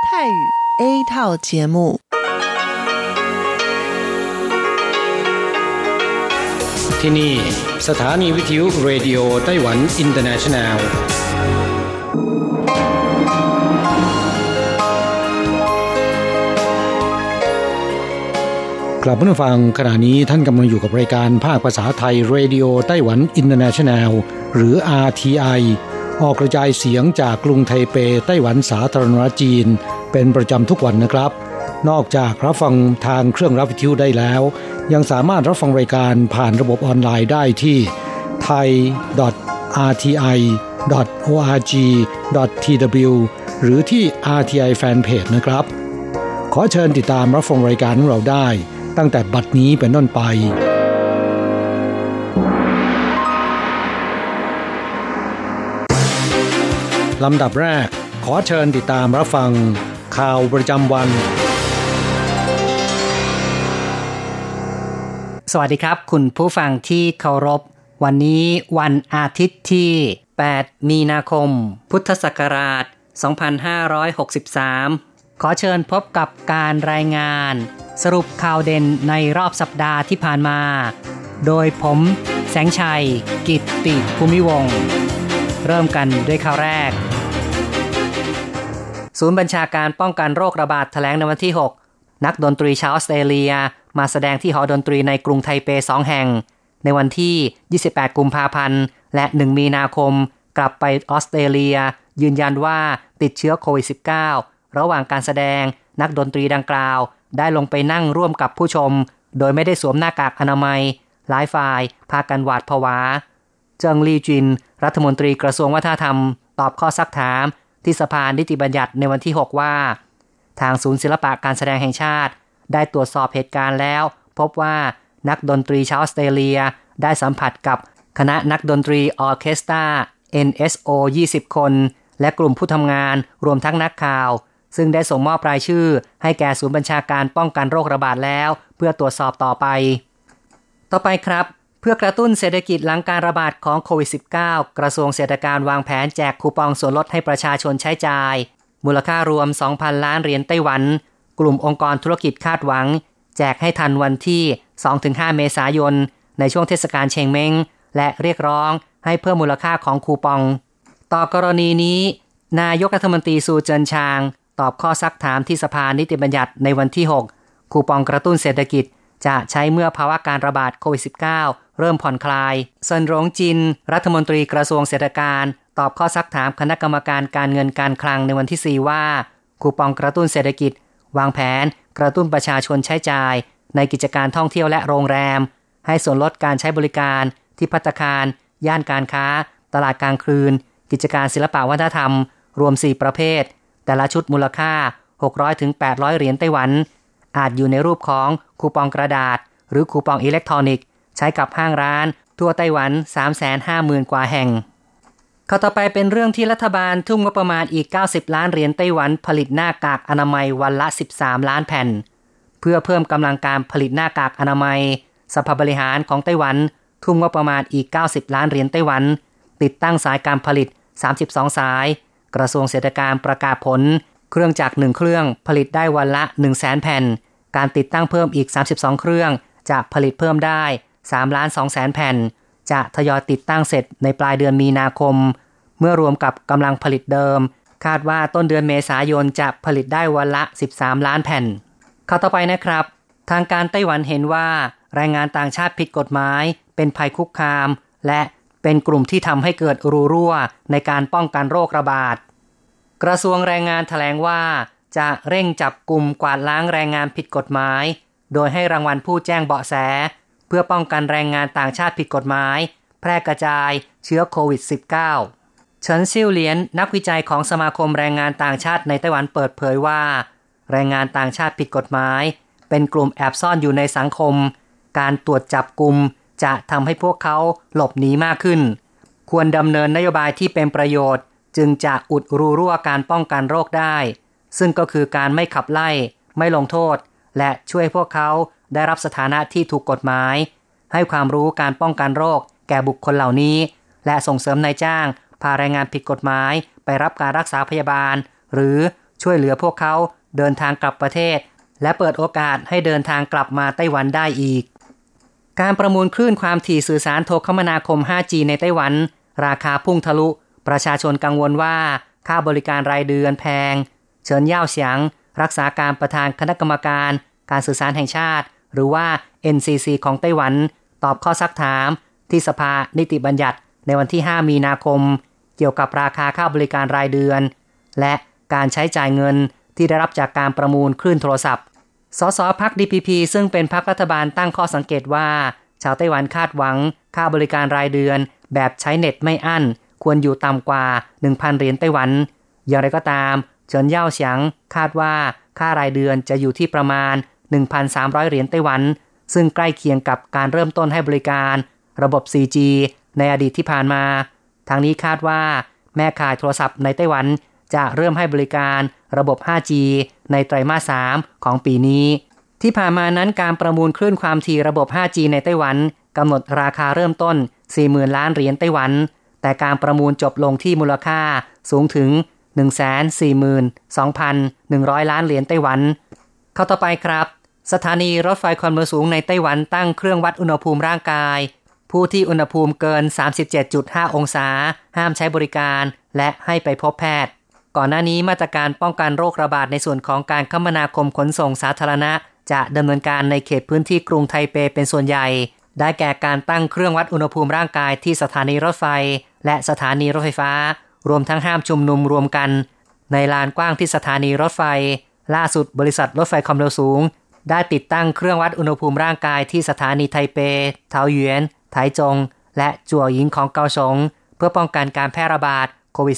泰语 A 套节目。 ที่นี่สถานีวิทยุเรดิโอไต้หวันอินเตอร์เนชั่นแนลกลับมาฟังขณะนี้ท่านกำลังอยู่กับรายการภาคภาษาไทยเรดิโอไต้หวันอินเตอร์เนชั่นแนลหรือ RTI ออกกระจายเสียงจากกรุงไทเปไต้หวันสาธารณรัฐจีนเป็นประจำทุกวันนะครับนอกจากรับฟังทางเครื่องรับวิทยุได้แล้วยังสามารถรับฟังรายการผ่านระบบออนไลน์ได้ที่ thai.rti.org.tw หรือที่ RTI Fanpage นะครับขอเชิญติดตามรับฟังรายการของเราได้ตั้งแต่บัดนี้เป็นต้นไปลำดับแรกขอเชิญติดตามรับฟังข่าวประจำวันสวัสดีครับคุณผู้ฟังที่เคารพวันนี้วันอาทิตย์ที่8มีนาคมพุทธศักราช2563ขอเชิญพบกับการรายงานสรุปข่าวเด่นในรอบสัปดาห์ที่ผ่านมาโดยผมแสงชัยกิตติภูมิวงศ์เริ่มกันด้วยข่าวแรกศูนย์บัญชาการป้องกันโรคระบาดแถลงในวันที่6นักดนตรีชาวออสเตรเลียมาแสดงที่หอดนตรีในกรุงไทเป2แห่งในวันที่28กุมภาพันธ์และ1มีนาคมกลับไปออสเตรเลียยืนยันว่าติดเชื้อโควิด -19 ระหว่างการแสดงนักดนตรีดังกล่าวได้ลงไปนั่งร่วมกับผู้ชมโดยไม่ได้สวมหน้ากากอนามัยหลายฝ่ายพากันหวาดผวาเจิงลี่จินรัฐมนตรีกระทรวงวัฒนธรรมตอบข้อซักถามที่สภานิติบัญญัติในวันที่6ว่าทางศูนย์ศิลปะการแสดงแห่งชาติได้ตรวจสอบเหตุการณ์แล้วพบว่านักดนตรีชาวออสเตรเลียได้สัมผัสกับคณะนักดนตรีออร์เคสตรา NSO 20 คนและกลุ่มผู้ทำงานรวมทั้งนักข่าวซึ่งได้ส่งมอบรายชื่อให้แก่ศูนย์บัญชาการป้องกันโรคระบาดแล้วเพื่อตรวจสอบต่อไปครับเพื่อกระตุ้นเศรษฐกิจหลังการระบาดของโควิด -19 กระทรวงเศรษฐกิจวางแผนแจกคูปองส่วนลดให้ประชาชนใช้จ่ายมูลค่ารวม 2,000 ล้านเหรียญไต้หวันกลุ่มองค์กรธุรกิจคาดหวังแจกให้ทันวันที่ 2-5 เมษายนในช่วงเทศกาลเชงเม้งและเรียกร้องให้เพิ่มมูลค่าของคูปองต่อกรณีนี้นายกรัฐมนตรีซูเจินชางตอบข้อซักถามที่สภานิติบัญญัติในวันที่6คูปองกระตุ้นเศรษฐกิจจะใช้เมื่อภาวะการระบาดโควิด -19 เริ่มผ่อนคลายเซินหลงจินรัฐมนตรีกระทรวงเศรษฐกิจตอบข้อซักถามคณะกรรมการการเงินการคลังในวันที่4ว่าคูปองกระตุ้นเศรษฐกิจวางแผนกระตุ้นประชาชนใช้จ่ายในกิจการท่องเที่ยวและโรงแรมให้ส่วนลดการใช้บริการที่ภัตตาคารย่านการค้าตลาดกลางคืนกิจการศิลปวัฒนธรรมรวม4ประเภทแต่ละชุดมูลค่า 600-800 เหรียญไต้หวันอาจอยู่ในรูปของคูปองกระดาษหรือคูปองอิเล็กทรอนิกส์ใช้กับห้างร้านทั่วไต้หวัน 350,000 กว่าแห่งข้อต่อไปเป็นเรื่องที่รัฐบาลทุ่มงบประมาณอีก90ล้านเหรียญไต้หวันผลิตหน้ากากอนามัยวันละ13ล้านแผ่นเพื่อเพิ่มกำลังการผลิตหน้ากากอนามัยสภาบริหารของไต้หวันทุ่มงบประมาณอีก90ล้านเหรียญไต้หวันติดตั้งสายการผลิต32สายกระทรวงเศรษฐกิจประกาศผลเครื่องจักร1เครื่องผลิตได้วันละ 100,000 แผ่นการติดตั้งเพิ่มอีก32เครื่องจะผลิตเพิ่มได้3,200,000 แผ่นจะทยอยติดตั้งเสร็จในปลายเดือนมีนาคมเมื่อรวมกับกำลังผลิตเดิมคาดว่าต้นเดือนเมษายนจะผลิตได้วันละ13ล้านแผ่นข้อต่อไปนะครับทางการไต้หวันเห็นว่าแรงงานต่างชาติผิดกฎหมายเป็นภัยคุกคามและเป็นกลุ่มที่ทำให้เกิดรูรั่วในการป้องกันโรคระบาดกระทรวงแรงงานแถลงว่าจะเร่งจับกลุ่มกวาดล้างแรงงานผิดกฎหมายโดยให้รางวัลผู้แจ้งเบาะแสเพื่อป้องกันแรงงานต่างชาติผิดกฎหมายแพร่กระจายเชื้อโควิด -19 เฉินซิ่วเหลียนนักวิจัยของสมาคมแรงงานต่างชาติในไต้หวันเปิดเผยว่าแรงงานต่างชาติผิดกฎหมายเป็นกลุ่มแอบซ่อนอยู่ในสังคมการตรวจจับกุมจะทำให้พวกเขาหลบหนีมากขึ้นควรดำเนินนโยบายที่เป็นประโยชน์จึงจะอุดรูรั่วการป้องกันโรคได้ซึ่งก็คือการไม่ขับไล่ไม่ลงโทษและช่วยพวกเขาได้รับสถานะที่ถูกกฎหมายให้ความรู้การป้องกันโรคแก่บุคคลเหล่านี้และส่งเสริมนายจ้างพาแรงงานผิดกฎหมายไปรับการรักษาพยาบาลหรือช่วยเหลือพวกเขาเดินทางกลับประเทศและเปิดโอกาสให้เดินทางกลับมาไต้หวันได้อีกการประมูลคลื่นความถี่สื่อสารโทรคมนาคม 5G ในไต้หวันราคาพุ่งทะลุประชาชนกังวลว่าค่าบริการรายเดือนแพงเฉินเย่าเฉียงรักษาการประธานคณะกรรมการการสื่อสารแห่งชาติหรือว่า NCC ของไต้หวันตอบข้อซักถามที่สภานิติบัญญัติในวันที่ 5 มีนาคมเกี่ยวกับราคาค่าบริการรายเดือนและการใช้จ่ายเงินที่ได้รับจากการประมูลคลื่นโทรศัพท์สสพรรค DPP ซึ่งเป็นพรรครัฐบาลตั้งข้อสังเกตว่าชาวไต้หวันคาดหวังค่าบริการรายเดือนแบบใช้เน็ตไม่อั้นควรอยู่ต่ำกว่า 1,000 เหรียญไต้หวันอย่างไรก็ตามเฉินเย่าเฉียงคาดว่าค่ารายเดือนจะอยู่ที่ประมาณ 1,300 เหรียญไต้หวันซึ่งใกล้เคียงกับการเริ่มต้นให้บริการระบบ 4G ในอดีตที่ผ่านมาทางนี้คาดว่าแม่ข่ายโทรศัพท์ในไต้หวันจะเริ่มให้บริการระบบ 5G ในไตรมาส 3 ของปีนี้ที่ผ่านมานั้นการประมูลคลื่นความถี่ระบบ 5G ในไต้หวันกำหนดราคาเริ่มต้น 40,000 ล้านเหรียญไต้หวันแต่การประมูลจบลงที่มูลค่าสูงถึง 142,100 ล้านเหรียญไต้หวันเข้าต่อไปครับสถานีรถไฟความเร็วสูงในไต้หวันตั้งเครื่องวัดอุณหภูมิร่างกายผู้ที่อุณหภูมิเกิน 37.5 องศาห้ามใช้บริการและให้ไปพบแพทย์ก่อนหน้านี้มาตรการป้องกันโรคระบาดในส่วนของการคมนาคมขนส่งสาธารณะจะดำเนินการในเขตพื้นที่กรุงไทเปเป็นส่วนใหญ่ได้แก่การตั้งเครื่องวัดอุณหภูมิร่างกายที่สถานีรถไฟและสถานีรถไฟฟ้ารวมทั้งห้ามชุมนุมรวมกันในลานกว้างที่สถานีรถไฟล่าสุดบริษัทรถไฟความเร็วสูงได้ติดตั้งเครื่องวัดอุณหภูมิร่างกายที่สถานีไทเปเทาหยวนไถจงและจั่วหยินของเกาสงเพื่อป้องกันการแพร่ระบาดโควิด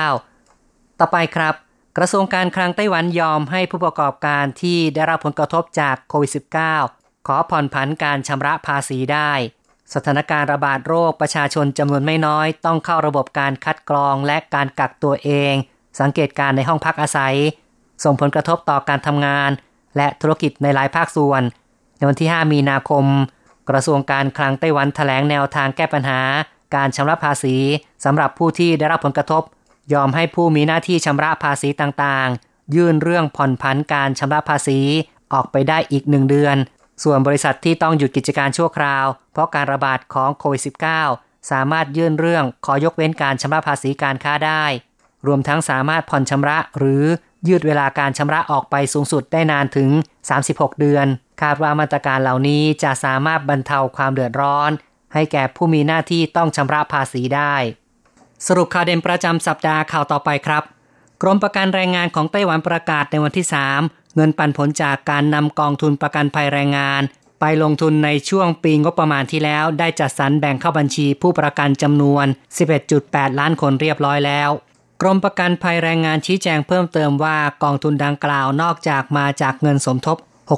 -19 ต่อไปครับกระทรวงการคลังไต้หวันยอมให้ผู้ประกอบการที่ได้รับผลกระทบจากโควิด -19 ขอผ่อนผันการชำระภาษีได้สถานการณ์ระบาดโรคประชาชนจำนวนไม่น้อยต้องเข้าระบบการคัดกรองและการกักตัวเองสังเกตการในห้องพักอาศัยส่งผลกระทบต่อการทำงานและธุรกิจในหลายภาคส่วนในวันที่ 5 มีนาคมกระทรวงการคลังไต้หวันแถลงแนวทางแก้ปัญหาการชำระภาษีสำหรับผู้ที่ได้รับผลกระทบยอมให้ผู้มีหน้าที่ชำระภาษีต่างๆยื่นเรื่องผ่อนผันการชำระภาษีออกไปได้อีก1 เดือนส่วนบริษัทที่ต้องหยุดกิจการชั่วคราวเพราะการระบาดของโควิด -19 สามารถยื่นเรื่องขอยกเว้นการชำระภาษีการค้าได้รวมทั้งสามารถผ่อนชำระหรือยืดเวลาการชำระออกไปสูงสุดได้นานถึง36 เดือนคาดว่ามาตรการเหล่านี้จะสามารถบรรเทาความเดือดร้อนให้แก่ผู้มีหน้าที่ต้องชำระภาษีได้สรุปข่าวเด่นประจำสัปดาห์ข่าวต่อไปครับกรมประกันแรงงานของไต้หวันประกาศในวันที่ 3เงินปันผลจากการนำกองทุนประกันภัยแรงงานไปลงทุนในช่วงปีงบประมาณที่แล้วได้จัดสรรแบ่งเข้าบัญชีผู้ประกันจำนวน 11.8 ล้านคนเรียบร้อยแล้วกรมประกันภัยแรงงานชี้แจงเพิ่มเติมว่ากองทุนดังกล่าวนอกจากมาจากเงินสมทบ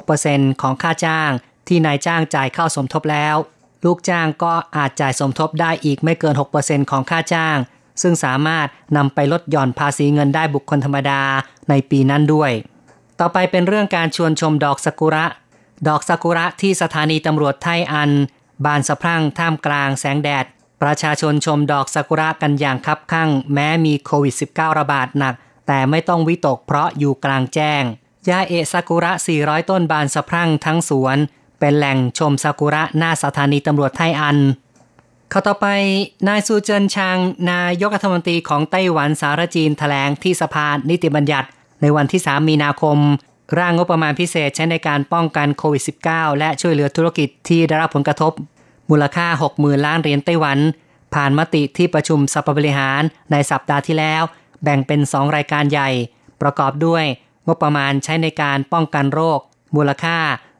6% ของค่าจ้างที่นายจ้างจ่ายเข้าสมทบแล้วลูกจ้างก็อาจจ่ายสมทบได้อีกไม่เกิน 6% ของค่าจ้างซึ่งสามารถนำไปลดหย่อนภาษีเงินได้บุคคลธรรมดาในปีนั้นด้วยต่อไปเป็นเรื่องการชวนชมดอกซากุระที่สถานีตำรวจไทอันบานสะพรั่งท่ามกลางแสงแดดประชาชนชมดอกซากุระกันอย่างคับคั่งแม้มีโควิด -19 ระบาดหนักแต่ไม่ต้องวิตกเพราะอยู่กลางแจ้งยาเอะซากุระ400ต้นบานสะพรั่งทั้งสวนเป็นแหล่งชมซากุระหน้าสถานีตำรวจไทอันข้อต่อไปนายซูเจินชางนายกรัฐมนตรีของไต้หวันสาธารณจีนแถลงที่สภานิติบัญญัติในวันที่ 3 มีนาคมร่างงบประมาณพิเศษใช้ในการป้องกันโควิด -19 และช่วยเหลือธุรกิจที่ได้รับผลกระทบมูลค่า 60,000 ล้านเหรียญไต้หวันผ่านมติที่ประชุมสภาบริหารในสัปดาห์ที่แล้วแบ่งเป็น2รายการใหญ่ประกอบด้วยงบประมาณใช้ในการป้องกันโรคมูลค่า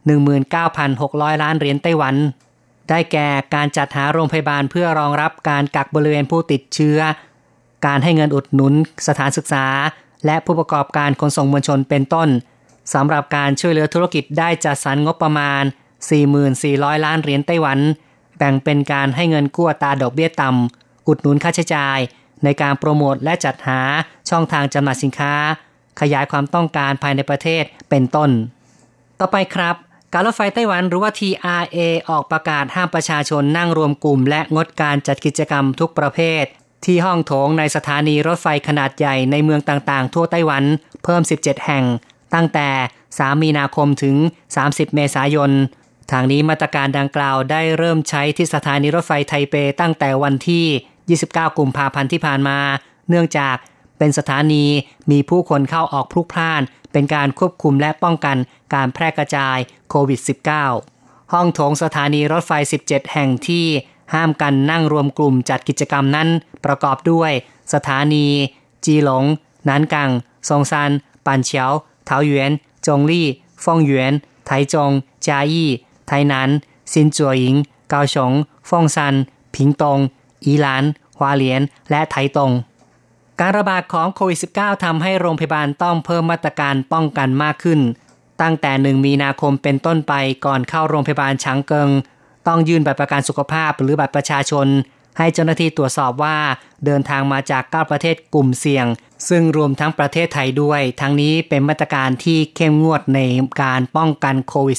19,600 ล้านเหรียญไต้หวันได้แก่การจัดหาโรงพยาบาลเพื่อรองรับการกักบริเวณผู้ติดเชื้อการให้เงินอุดหนุนสถานศึกษาและผู้ประกอบการขนส่งมวลชนเป็นต้นสำหรับการช่วยเหลือธุรกิจได้จัดสรรงบประมาณ 44,000 ล้านเหรียญไต้หวันแบ่งเป็นการให้เงินกู้อัตราดอกเบี้ยต่ำอุดหนุนค่าใช้จ่ายในการโปรโมทและจัดหาช่องทางจำหน่ายสินค้าขยายความต้องการภายในประเทศเป็นต้นต่อไปครับการรถไฟไต้หวันหรือว่า TRA ออกประกาศห้ามประชาชนนั่งรวมกลุ่มและงดการจัดกิจกรรมทุกประเภทที่ห้องโถงในสถานีรถไฟขนาดใหญ่ในเมืองต่างๆทั่วไต้หวันเพิ่ม17แห่งตั้งแต่3มีนาคมถึง30เมษายนทางนี้มาตรการดังกล่าวได้เริ่มใช้ที่สถานีรถไฟไทเปตั้งแต่วันที่29กุมภาพันธ์ที่ผ่านมาเนื่องจากเป็นสถานีมีผู้คนเข้าออกพลุกพล่านเป็นการควบคุมและป้องกันการแพร่กระจายโควิด -19 ห้องโถงสถานีรถไฟ17แห่งที่ห้ามกันนั่งรวมกลุ่มจัดกิจกรรมนั้นประกอบด้วยสถานีจีหลงหนานกังซงซันปันเฉียวเถาหยวนจงลี่ฟ่องหยวนไถจงจาอี้ไทหนานซินจัวหญิงเกาฉงฟ่องซันผิงตงอีหลานฮวาเหลียนและไถตงการระบาดของโควิด -19 ทำให้โรงพยาบาลต้องเพิ่มมาตรการป้องกันมากขึ้นตั้งแต่1มีนาคมเป็นต้นไปก่อนเข้าโรงพยาบาลฉางเกิงต้องยื่นบัตรประกันสุขภาพหรือบัตรประชาชนให้เจ้าหน้าที่ตรวจสอบว่าเดินทางมาจาก9ประเทศกลุ่มเสี่ยงซึ่งรวมทั้งประเทศไทยด้วยทั้งนี้เป็นมาตรการที่เข้มงวดในการป้องกันโควิด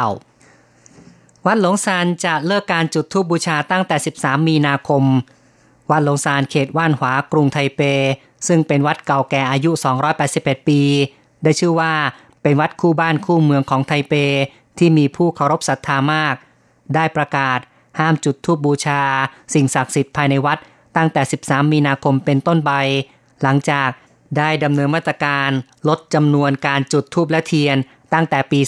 -19 วัดหลงซานจะเลิกการจุดธูปบูชาตั้งแต่13มีนาคมวัดหลงซานเขตว่านหวากรุงไทเปซึ่งเป็นวัดเก่าแก่อายุ281ปีได้ชื่อว่าเป็นวัดคู่บ้านคู่เมืองของไทเปที่มีผู้เคารพศรัทธามากได้ประกาศห้ามจุดธูปบูชาสิ่งศักดิ์สิทธิ์ภายในวัดตั้งแต่13มีนาคมเป็นต้นไปหลังจากได้ดำเนินมาตรการลดจำนวนการจุดธูปและเทียนตั้งแต่ปี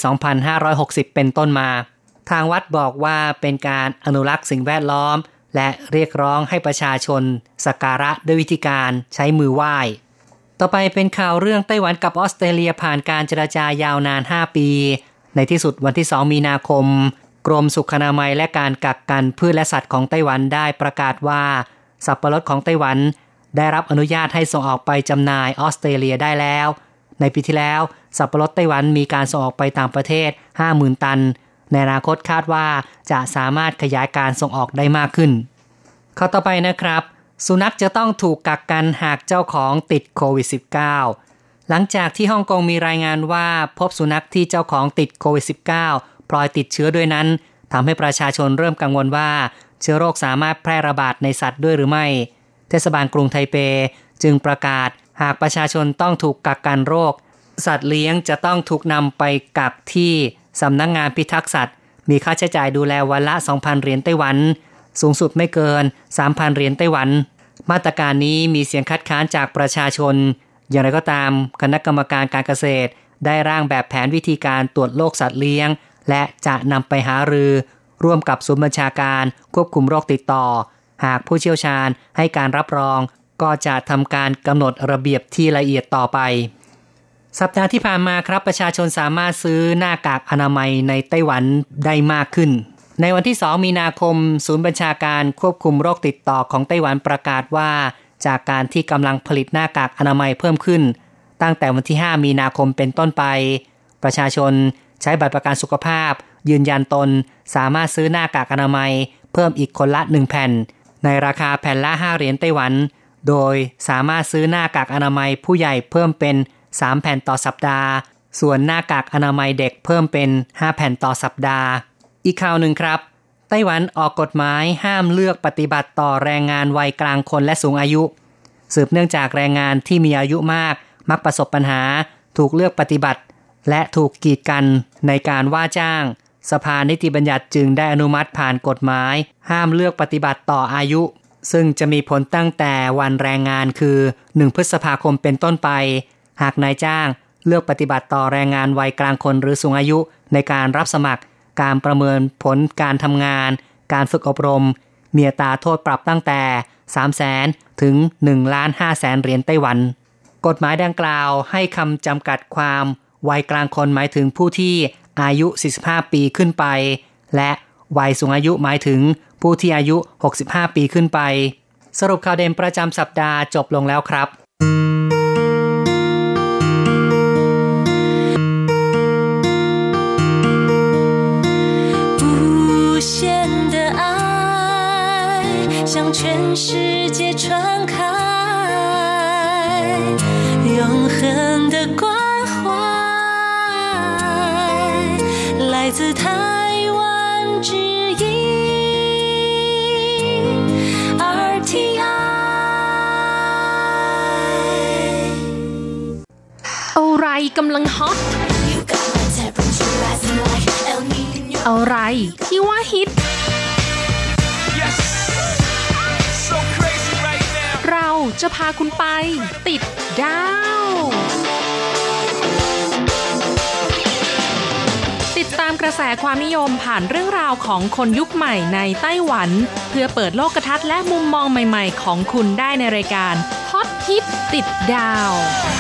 2560เป็นต้นมาทางวัดบอกว่าเป็นการอนุรักษ์สิ่งแวดล้อมและเรียกร้องให้ประชาชนสักการะด้วยวิธีการใช้มือไหว้ต่อไปเป็นข่าวเรื่องไต้หวันกับออสเตรเลียผ่านการเจรจายาวนาน5ปีในที่สุดวันที่2มีนาคมกรมสุขอนามัยและการกักกันพืชและสัตว์ของไต้หวันได้ประกาศว่าสับปะรดของไต้หวันได้รับอนุญาตให้ส่งออกไปจำหน่ายออสเตรเลียได้แล้วในปีที่แล้วสับปะรดไต้หวันมีการส่งออกไปต่างประเทศ 50,000 ตันในอนาคตคาดว่าจะสามารถขยายการส่งออกได้มากขึ้นข้อต่อไปนะครับสุนัขจะต้องถูกกักกันหากเจ้าของติดโควิด -19 หลังจากที่ฮ่องกงมีรายงานว่าพบสุนัขที่เจ้าของติดโควิด -19 พลอยติดเชื้อด้วยนั้นทำให้ประชาชนเริ่มกังวลว่าเชื้อโรคสามารถแพร่ระบาดในสัตว์ด้วยหรือไม่เทศบาลกรุงไทเปจึงประกาศหากประชาชนต้องถูกกักกันโรคสัตว์เลี้ยงจะต้องถูกนำไปกักที่สำนักงานพิทักษ์สัตว์มีค่าใช้จ่ายดูแลวันละ 2,000 เหรียญไต้หวันสูงสุดไม่เกิน 3,000 เหรียญไต้หวันมาตรการนี้มีเสียงคัดค้านจากประชาชนอย่างไรก็ตามคณะกรรมการการเกษตรได้ร่างแบบแผนวิธีการตรวจโรคสัตว์เลี้ยงและจะนำไปหารือร่วมกับศูนย์บัญชาการควบคุมโรคติดต่อหากผู้เชี่ยวชาญให้การรับรองก็จะทำการกำหนดระเบียบที่ละเอียดต่อไปสัปดาห์ที่ผ่านมาครับประชาชนสามารถซื้อหน้ากากอนามัยในไต้หวันได้มากขึ้นในวันที่2มีนาคมศูนย์บัญชาการควบคุมโรคติดต่อของไต้หวันประกาศว่าจากการที่กำลังผลิตหน้ากากอนามัยเพิ่มขึ้นตั้งแต่วันที่5มีนาคมเป็นต้นไปประชาชนใช้บัตรประกันสุขภาพยืนยันตนสามารถซื้อหน้ากากอนามัยเพิ่มอีกคนละ1แผ่นในราคาแผ่นละ5เหรียญไต้หวันโดยสามารถซื้อหน้ากากอนามัยผู้ใหญ่เพิ่มเป็น3แผ่นต่อสัปดาห์ส่วนหน้ากากอนามัยเด็กเพิ่มเป็น5แผ่นต่อสัปดาห์อีกข่าวหนึ่งครับไต้หวันออกกฎหมายห้ามเลือกปฏิบัติต่อแรงงานวัยกลางคนและสูงอายุสืบเนื่องจากแรงงานที่มีอายุมากมักประสบปัญหาถูกเลือกปฏิบัติและถูกกีดกันในการว่าจ้างสภานิติบัญญัติจึงได้อนุมัติผ่านกฎหมายห้ามเลือกปฏิบัติต่ออายุซึ่งจะมีผลตั้งแต่วันแรงงานคือ1พฤษภาคมเป็นต้นไปหากนายจ้างเลือกปฏิบัติต่อแรงงานวัยกลางคนหรือสูงอายุในการรับสมัครการประเมินผลการทำงานการฝึกอบรมมีอัตราโทษปรับตั้งแต่ 300,000 ถึง 1,500,000 เหรียญไต้หวันกฎหมายดังกล่าวให้คำจำกัดความวัยกลางคนหมายถึงผู้ที่อายุ45ปีขึ้นไปและวัยสูงอายุหมายถึงผู้ที่อายุ65ปีขึ้นไปสรุปข่าวเด่นประจำสัปดาห์จบลงแล้วครับ向全世界传开永恒的关怀来自台湾之音 RTI กำลังฮอตอะไรที่ว่าฮิตเราจะพาคุณไปติดดาวติดตามกระแสความนิยมผ่านเรื่องราวของคนยุคใหม่ในไต้หวันเพื่อเปิดโลกทัศน์และมุมมองใหม่ๆของคุณได้ในรายการฮอตฮิตติดดาว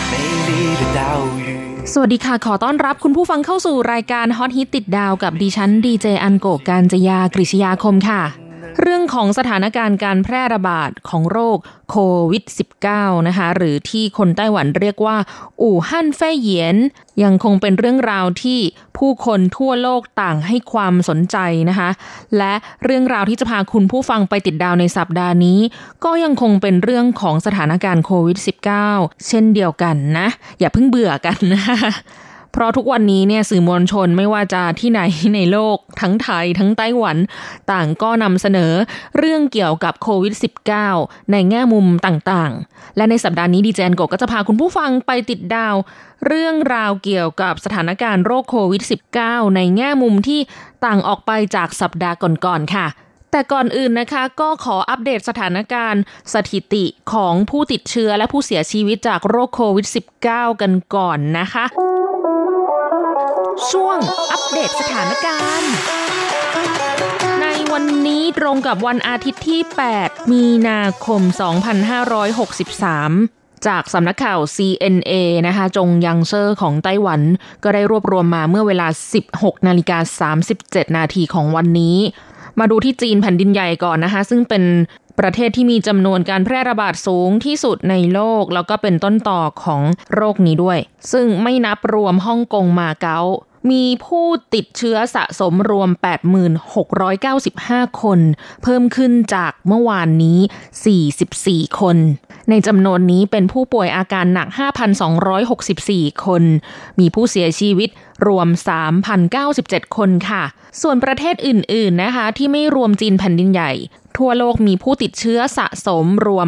สวัสดีค่ะขอต้อนรับคุณผู้ฟังเข้าสู่รายการฮอตฮิตติดดาวกับดิฉันดีเจอันโกกาญจยากฤษยาคมค่ะเรื่องของสถานการณ์การแพร่ระบาดของโรคโควิด -19 นะคะหรือที่คนไต้หวันเรียกว่าอู่ฮั่นเฟ่ยเหยียนยังคงเป็นเรื่องราวที่ผู้คนทั่วโลกต่างให้ความสนใจนะคะและเรื่องราวที่จะพาคุณผู้ฟังไปติดดาวในสัปดาห์นี้ก็ยังคงเป็นเรื่องของสถานการณ์โควิด -19 เช่นเดียวกันนะอย่าเพิ่งเบื่อกันนะคะเพราะทุกวันนี้เนี่ยสื่อมวลชนไม่ว่าจะที่ไหนในโลกทั้งไทยทั้งไต้หวันต่างก็นำเสนอเรื่องเกี่ยวกับโควิด -19 ในแง่มุมต่างๆและในสัปดาห์นี้ดีเจนโกก็จะพาคุณผู้ฟังไปติดดาวเรื่องราวเกี่ยวกับสถานการณ์โรคโควิด -19 ในแง่มุมที่ต่างออกไปจากสัปดาห์ก่อนๆค่ะแต่ก่อนอื่นนะคะก็ขออัปเดตสถานการณ์สถิติของผู้ติดเชื้อและผู้เสียชีวิตจากโรคโควิด -19 กันก่อนนะคะช่วงอัปเดตสถานการณ์ในวันนี้ตรงกับวันอาทิตย์ที่8มีนาคม2563จากสำนักข่าว CNA นะคะจงยังเซอร์ของไต้หวันก็ได้รวบรวมมาเมื่อเวลา 16:37 นาทีของวันนี้มาดูที่จีนแผ่นดินใหญ่ก่อนนะคะซึ่งเป็นประเทศที่มีจำนวนการแพร่ระบาดสูงที่สุดในโลกแล้วก็เป็นต้นต่อของโรคนี้ด้วยซึ่งไม่นับรวมฮ่องกงมาเก๊ามีผู้ติดเชื้อสะสมรวม 86,95 คนเพิ่มขึ้นจากเมื่อวานนี้44คนในจำนวนนี้เป็นผู้ป่วยอาการหนัก 5,264 คนมีผู้เสียชีวิตรวม 3,097 คนค่ะส่วนประเทศอื่นๆนะคะที่ไม่รวมจีนแผ่นดินใหญ่ทั่วโลกมีผู้ติดเชื้อสะสมรวม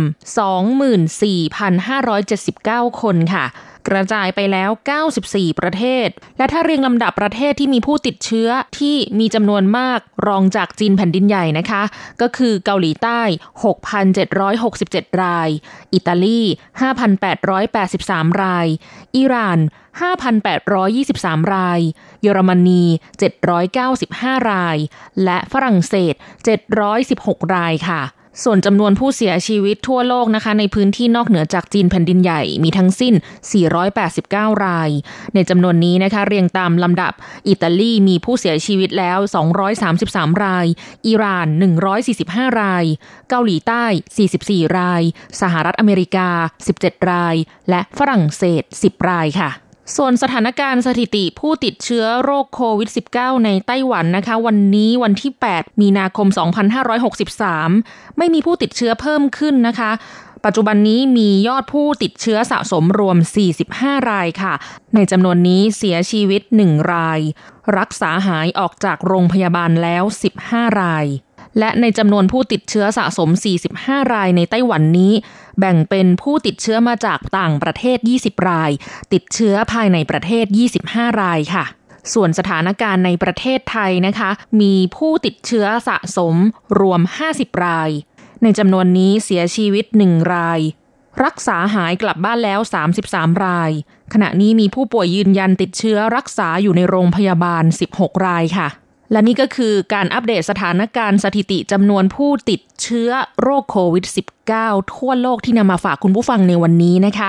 24,579 คนค่ะกระจายไปแล้ว94ประเทศและถ้าเรียงลำดับประเทศที่มีผู้ติดเชื้อที่มีจำนวนมากรองจากจีนแผ่นดินใหญ่นะคะก็คือเกาหลีใต้ 6,767 รายอิตาลี 5,883 รายอิหร่าน 5,823 รายเยอรมนี795 รายและฝรั่งเศส716 รายค่ะส่วนจำนวนผู้เสียชีวิตทั่วโลกนะคะในพื้นที่นอกเหนือจากจีนแผ่นดินใหญ่มีทั้งสิ้น489รายในจำนวนนี้นะคะเรียงตามลำดับอิตาลีมีผู้เสียชีวิตแล้ว233รายอิหร่าน145รายเกาหลีใต้44รายสหรัฐอเมริกา17รายและฝรั่งเศส10รายค่ะส่วนสถานการณ์สถิติผู้ติดเชื้อโรคโควิด -19 ในไต้หวันนะคะวันนี้วันที่8มีนาคม2563ไม่มีผู้ติดเชื้อเพิ่มขึ้นนะคะปัจจุบันนี้มียอดผู้ติดเชื้อสะสมรวม45รายค่ะในจำนวนนี้เสียชีวิต1รายรักษาหายออกจากโรงพยาบาลแล้ว15รายและในจำนวนผู้ติดเชื้อสะสม45รายในไต้หวันนี้แบ่งเป็นผู้ติดเชื้อมาจากต่างประเทศ20รายติดเชื้อภายในประเทศ25รายค่ะส่วนสถานการณ์ในประเทศไทยนะคะมีผู้ติดเชื้อสะสมรวม50รายในจำนวนนี้เสียชีวิต1รายรักษาหายกลับบ้านแล้ว33รายขณะนี้มีผู้ป่วยยืนยันติดเชื้อรักษาอยู่ในโรงพยาบาล16รายค่ะและนี่ก็คือการอัปเดตสถานการณ์สถิติจำนวนผู้ติดเชื้อโรคโควิด -19 ทั่วโลกที่นำมาฝากคุณผู้ฟังในวันนี้นะคะ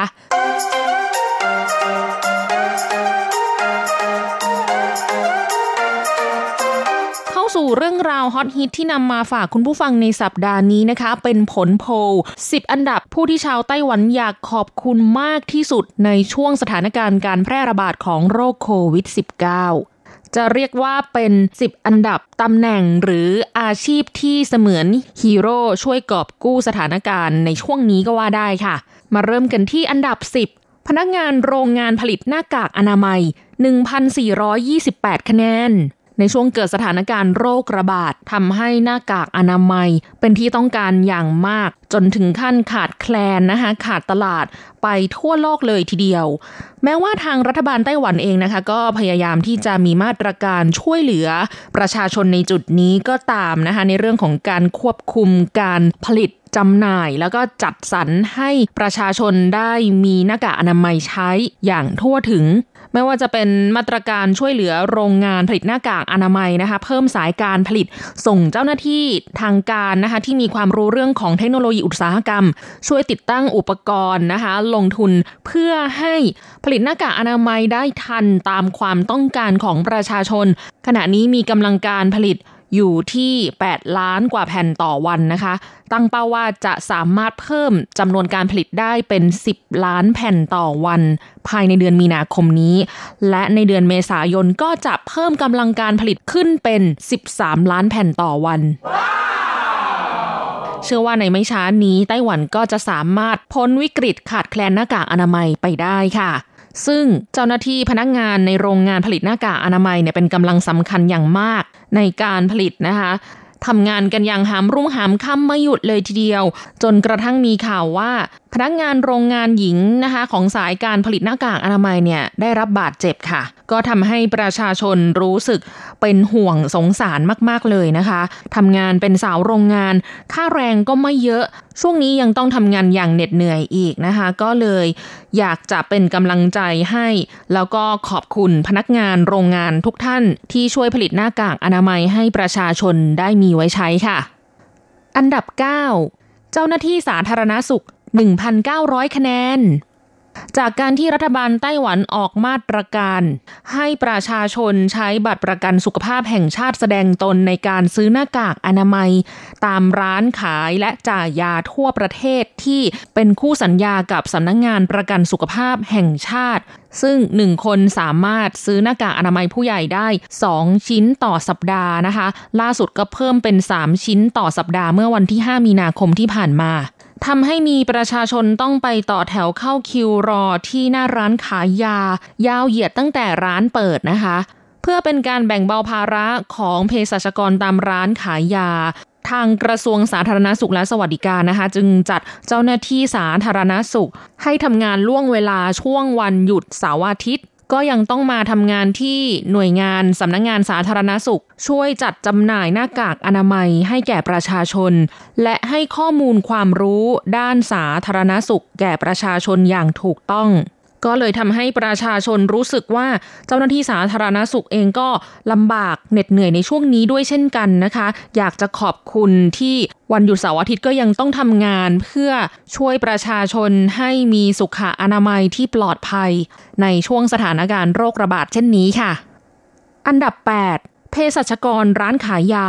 เข้าสู่เรื่องราวฮอตฮิตที่นำมาฝากคุณผู้ฟังในสัปดาห์นี้นะคะเป็นผลโพล10อันดับผู้ที่ชาวไต้หวันอยากขอบคุณมากที่สุดในช่วงสถานการณ์การแพร่ระบาดของโรคโควิด -19จะเรียกว่าเป็น10อันดับตำแหน่งหรืออาชีพที่เสมือนฮีโร่ช่วยกอบกู้สถานการณ์ในช่วงนี้ก็ว่าได้ค่ะมาเริ่มกันที่อันดับ10พนักงานโรงงานผลิตหน้ากากอนามัย 1,428 คะแนนในช่วงเกิดสถานการณ์โรคระบาดทำให้หน้ากากอนามัยเป็นที่ต้องการอย่างมากจนถึงขั้นขาดแคลนนะคะขาดตลาดไปทั่วโลกเลยทีเดียวแม้ว่าทางรัฐบาลไต้หวันเองนะคะก็พยายามที่จะมีมาตรการช่วยเหลือประชาชนในจุดนี้ก็ตามนะคะในเรื่องของการควบคุมการผลิตจำหน่ายแล้วก็จัดสรรให้ประชาชนได้มีหน้ากากอนามัยใช้อย่างทั่วถึงไม่ว่าจะเป็นมาตรการช่วยเหลือโรงงานผลิตหน้ากากอนามัยนะคะเพิ่มสายการผลิตส่งเจ้าหน้าที่ทางการนะคะที่มีความรู้เรื่องของเทคโนโลยีอุตสาหกรรมช่วยติดตั้งอุปกรณ์นะคะลงทุนเพื่อให้ผลิตหน้ากากอนามัยได้ทันตามความต้องการของประชาชนขณะนี้มีกำลังการผลิตอยู่ที่8ล้านกว่าแผ่นต่อวันนะคะตั้งเป้าว่าจะสามารถเพิ่มจำนวนการผลิตได้เป็น10ล้านแผ่นต่อวันภายในเดือนมีนาคมนี้และในเดือนเมษายนก็จะเพิ่มกำลังการผลิตขึ้นเป็น13ล้านแผ่นต่อวัน เชื่อว่าในไม่ช้านี้ไต้หวันก็จะสามารถพ้นวิกฤตขาดแคลนหน้ากากอนามัยไปได้ค่ะซึ่งเจ้าหน้าที่พนักงานในโรงงานผลิตหน้ากากอนามัยเนี่ยเป็นกำลังสำคัญอย่างมากในการผลิตนะคะทำงานกันอย่างหามรุ่งหามค่ำไม่หยุดเลยทีเดียวจนกระทั่งมีข่าวว่าพนักงานโรงงานหญิงนะคะของสายการผลิตหน้ากากอนามัยเนี่ยได้รับบาดเจ็บค่ะก็ทำให้ประชาชนรู้สึกเป็นห่วงสงสารมากๆเลยนะคะทำงานเป็นสาวโรงงานค่าแรงก็ไม่เยอะช่วงนี้ยังต้องทำงานอย่างเหน็ดเหนื่อยอีกนะคะก็เลยอยากจะเป็นกำลังใจให้แล้วก็ขอบคุณพนักงานโรงงานทุกท่านที่ช่วยผลิตหน้ากากอนามัยให้ประชาชนได้มีไว้ใช้ค่ะอันดับ9เจ้าหน้าที่สาธารณสุข 1,900 คะแนนจากการที่รัฐบาลไต้หวันออกมาตรการให้ประชาชนใช้บัตรประกันสุขภาพแห่งชาติแสดงตนในการซื้อหน้ากากอนามัยตามร้านขายและจ่ายยาทั่วประเทศที่เป็นคู่สัญญากับสำนักงานประกันสุขภาพแห่งชาติซึ่ง1คนสามารถซื้อหน้ากากอนามัยผู้ใหญ่ได้2ชิ้นต่อสัปดาห์นะคะล่าสุดก็เพิ่มเป็น3ชิ้นต่อสัปดาห์เมื่อวันที่5มีนาคมที่ผ่านมาทำให้มีประชาชนต้องไปต่อแถวเข้าคิวรอที่หน้าร้านขายยายาวเหยียดตั้งแต่ร้านเปิดนะคะเพื่อเป็นการแบ่งเบาภาระของเภสัชกรตามร้านขายยาทางกระทรวงสาธารณสุขและสวัสดิการนะคะจึงจัดเจ้าหน้าที่สาธารณสุขให้ทำงานล่วงเวลาช่วงวันหยุดเสาร์อาทิตย์ก็ยังต้องมาทำงานที่หน่วยงานสำนักงานสาธารณสุขช่วยจัดจำหน่ายหน้ากากอนามัยให้แก่ประชาชนและให้ข้อมูลความรู้ด้านสาธารณสุขแก่ประชาชนอย่างถูกต้องก็เลยทำให้ประชาชนรู้สึกว่าเจ้าหน้าที่สาธารณสุขเองก็ลำบากเหน็ดเหนื่อยในช่วงนี้ด้วยเช่นกันนะคะอยากจะขอบคุณที่วันหยุดเสาร์อาทิตย์ก็ยังต้องทำงานเพื่อช่วยประชาชนให้มีสุขอนามัยที่ปลอดภัยในช่วงสถานการณ์โรคระบาดเช่นนี้ค่ะอันดับ8เภสัชกรร้านขายยา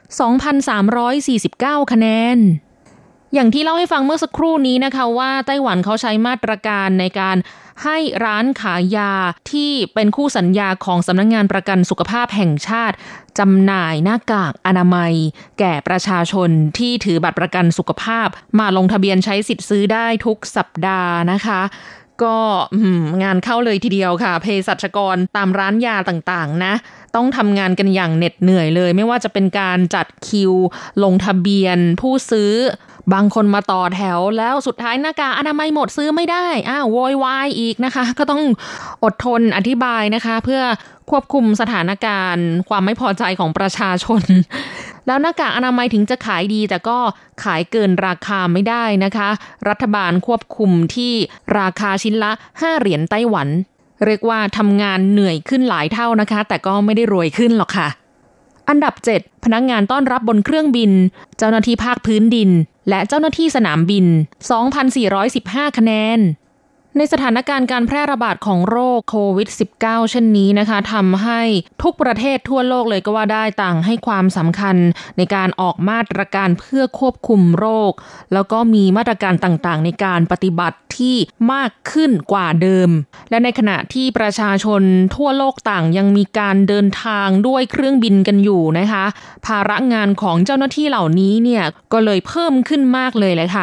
2,349 คะแนนอย่างที่เล่าให้ฟังเมื่อสักครู่นี้นะคะว่าไต้หวันเขาใช้มาตรการในการให้ร้านขายยาที่เป็นคู่สัญญาของสำนักงานประกันสุขภาพแห่งชาติจำหน่ายหน้ากากอนามัยแก่ประชาชนที่ถือบัตรประกันสุขภาพมาลงทะเบียนใช้สิทธิ์ซื้อได้ทุกสัปดาห์นะคะก็งานเข้าเลยทีเดียวค่ะเภสัชกรตามร้านยาต่างๆนะต้องทำงานกันอย่างเหน็ดเหนื่อยเลยไม่ว่าจะเป็นการจัดคิวลงทะเบียนผู้ซื้อบางคนมาต่อแถวแล้วสุดท้ายหน้ากากอนามัยหมดซื้อไม่ได้โวยวายอีกนะคะก็ต้องอดทนอธิบายนะคะเพื่อควบคุมสถานการณ์ความไม่พอใจของประชาชนแล้วหน้ากากอนามัยถึงจะขายดีแต่ก็ขายเกินราคาไม่ได้นะคะรัฐบาลควบคุมที่ราคาชิ้นละ5เหรียญไต้หวันเรียกว่าทำงานเหนื่อยขึ้นหลายเท่านะคะแต่ก็ไม่ได้รวยขึ้นหรอกค่ะอันดับ7พนักงานต้อนรับบนเครื่องบินเจ้าหน้าที่ภาคพื้นดินและเจ้าหน้าที่สนามบิน 2,415 คะแนนในสถานการณ์การแพร่ระบาดของโรคโควิด -19 เช่นนี้นะคะทำให้ทุกประเทศทั่วโลกเลยก็ว่าได้ต่างให้ความสำคัญในการออกมาตรการเพื่อควบคุมโรคแล้วก็มีมาตรการต่างๆในการปฏิบัติที่มากขึ้นกว่าเดิมและในขณะที่ประชาชนทั่วโลกต่างยังมีการเดินทางด้วยเครื่องบินกันอยู่นะคะภาระงานของเจ้าหน้าที่เหล่านี้เนี่ยก็เลยเพิ่มขึ้นมากเลยค่ะ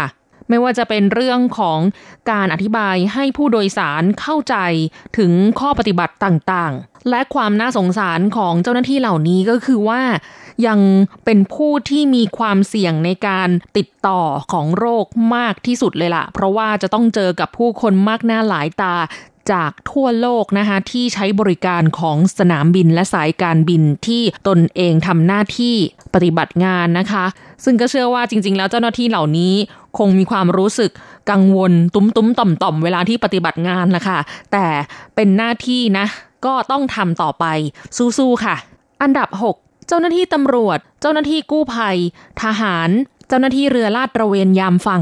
ไม่ว่าจะเป็นเรื่องของการอธิบายให้ผู้โดยสารเข้าใจถึงข้อปฏิบัติต่างๆและความน่าสงสารของเจ้าหน้าที่เหล่านี้ก็คือว่ายังเป็นผู้ที่มีความเสี่ยงในการติดต่อของโรคมากที่สุดเลยล่ะเพราะว่าจะต้องเจอกับผู้คนมากหน้าหลายตาจากทั่วโลกนะคะที่ใช้บริการของสนามบินและสายการบินที่ตนเองทำหน้าที่ปฏิบัติงานนะคะซึ่งก็เชื่อว่าจริงๆแล้วเจ้าหน้าที่เหล่านี้คงมีความรู้สึกกังวลตุ้มๆต่อมๆเวลาที่ปฏิบัติงานล่ะค่ะแต่เป็นหน้าที่นะก็ต้องทำต่อไปสู้ๆค่ะอันดับ6เจ้าหน้าที่ตำรวจเจ้าหน้าที่กู้ภัยทหารเจ้าหน้าที่เรือลาดตระเวนยามฝั่ง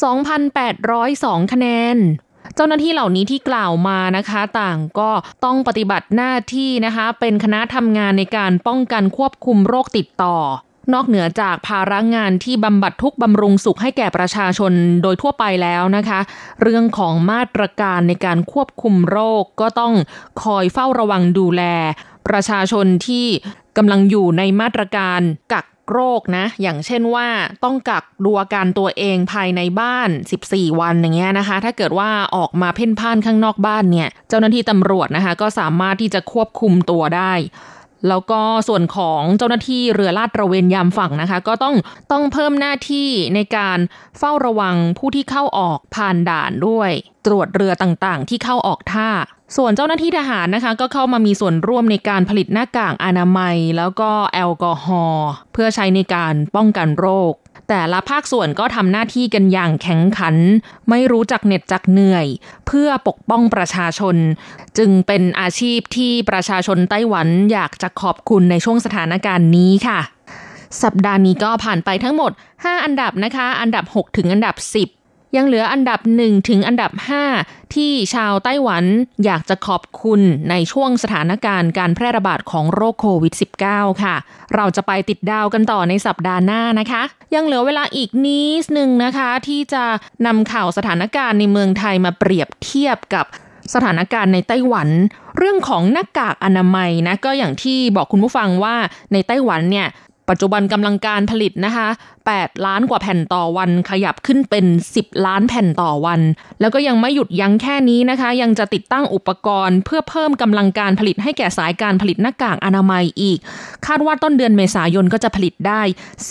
2,802 คะแนนเจ้าหน้าที่เหล่านี้ที่กล่าวมานะคะต่างก็ต้องปฏิบัติหน้าที่นะคะเป็นคณะทำงานในการป้องกันควบคุมโรคติดต่อนอกเหนือจากภาระงานที่บำบัดทุกข์บำรุงสุขให้แก่ประชาชนโดยทั่วไปแล้วนะคะเรื่องของมาตรการในการควบคุมโรคก็ต้องคอยเฝ้าระวังดูแลประชาชนที่กำลังอยู่ในมาตรการกักโรคนะอย่างเช่นว่าต้องกักดูอาการตัวเองภายในบ้าน14วันอย่างเงี้ยนะคะถ้าเกิดว่าออกมาเพ่นพ่านข้างนอกบ้านเนี่ยเจ้าหน้าที่ตำรวจนะคะก็สามารถที่จะควบคุมตัวได้แล้วก็ส่วนของเจ้าหน้าที่เรือลาดตระเวนยามฝั่งนะคะก็ต้องเพิ่มหน้าที่ในการเฝ้าระวังผู้ที่เข้าออกผ่านด่านด้วยตรวจเรือต่างๆที่เข้าออกท่าส่วนเจ้าหน้าที่ทหารนะคะก็เข้ามามีส่วนร่วมในการผลิตหน้ากากอนามัยแล้วก็แอลกอฮอล์เพื่อใช้ในการป้องกันโรคแต่ละภาคส่วนก็ทำหน้าที่กันอย่างแข็งขันไม่รู้จักเหน็ดจักเหนื่อยเพื่อปกป้องประชาชนจึงเป็นอาชีพที่ประชาชนไต้หวันอยากจะขอบคุณในช่วงสถานการณ์นี้ค่ะสัปดาห์นี้ก็ผ่านไปทั้งหมด5อันดับนะคะอันดับ6ถึงอันดับ10ยังเหลืออันดับ1ถึงอันดับ5ที่ชาวไต้หวันอยากจะขอบคุณในช่วงสถานการณ์การแพร่ระบาดของโรคโควิด -19 ค่ะเราจะไปติดดาวกันต่อในสัปดาห์หน้านะคะยังเหลือเวลาอีกนิดนึงนะคะที่จะนำข่าวสถานการณ์ในเมืองไทยมาเปรียบเทียบกับสถานการณ์ในไต้หวันเรื่องของหน้ากากอนามัยนะก็อย่างที่บอกคุณผู้ฟังว่าในไต้หวันเนี่ยปัจจุบันกำลังการผลิตนะคะ8ล้านกว่าแผ่นต่อวันขยับขึ้นเป็น10ล้านแผ่นต่อวันแล้วก็ยังไม่หยุดยั้งแค่นี้นะคะยังจะติดตั้งอุปกรณ์เพื่อเพิ่มกำลังการผลิตให้แก่สายการผลิตหน้ากากอนามัยอีกคาดว่าต้นเดือนเมษายนก็จะผลิตได้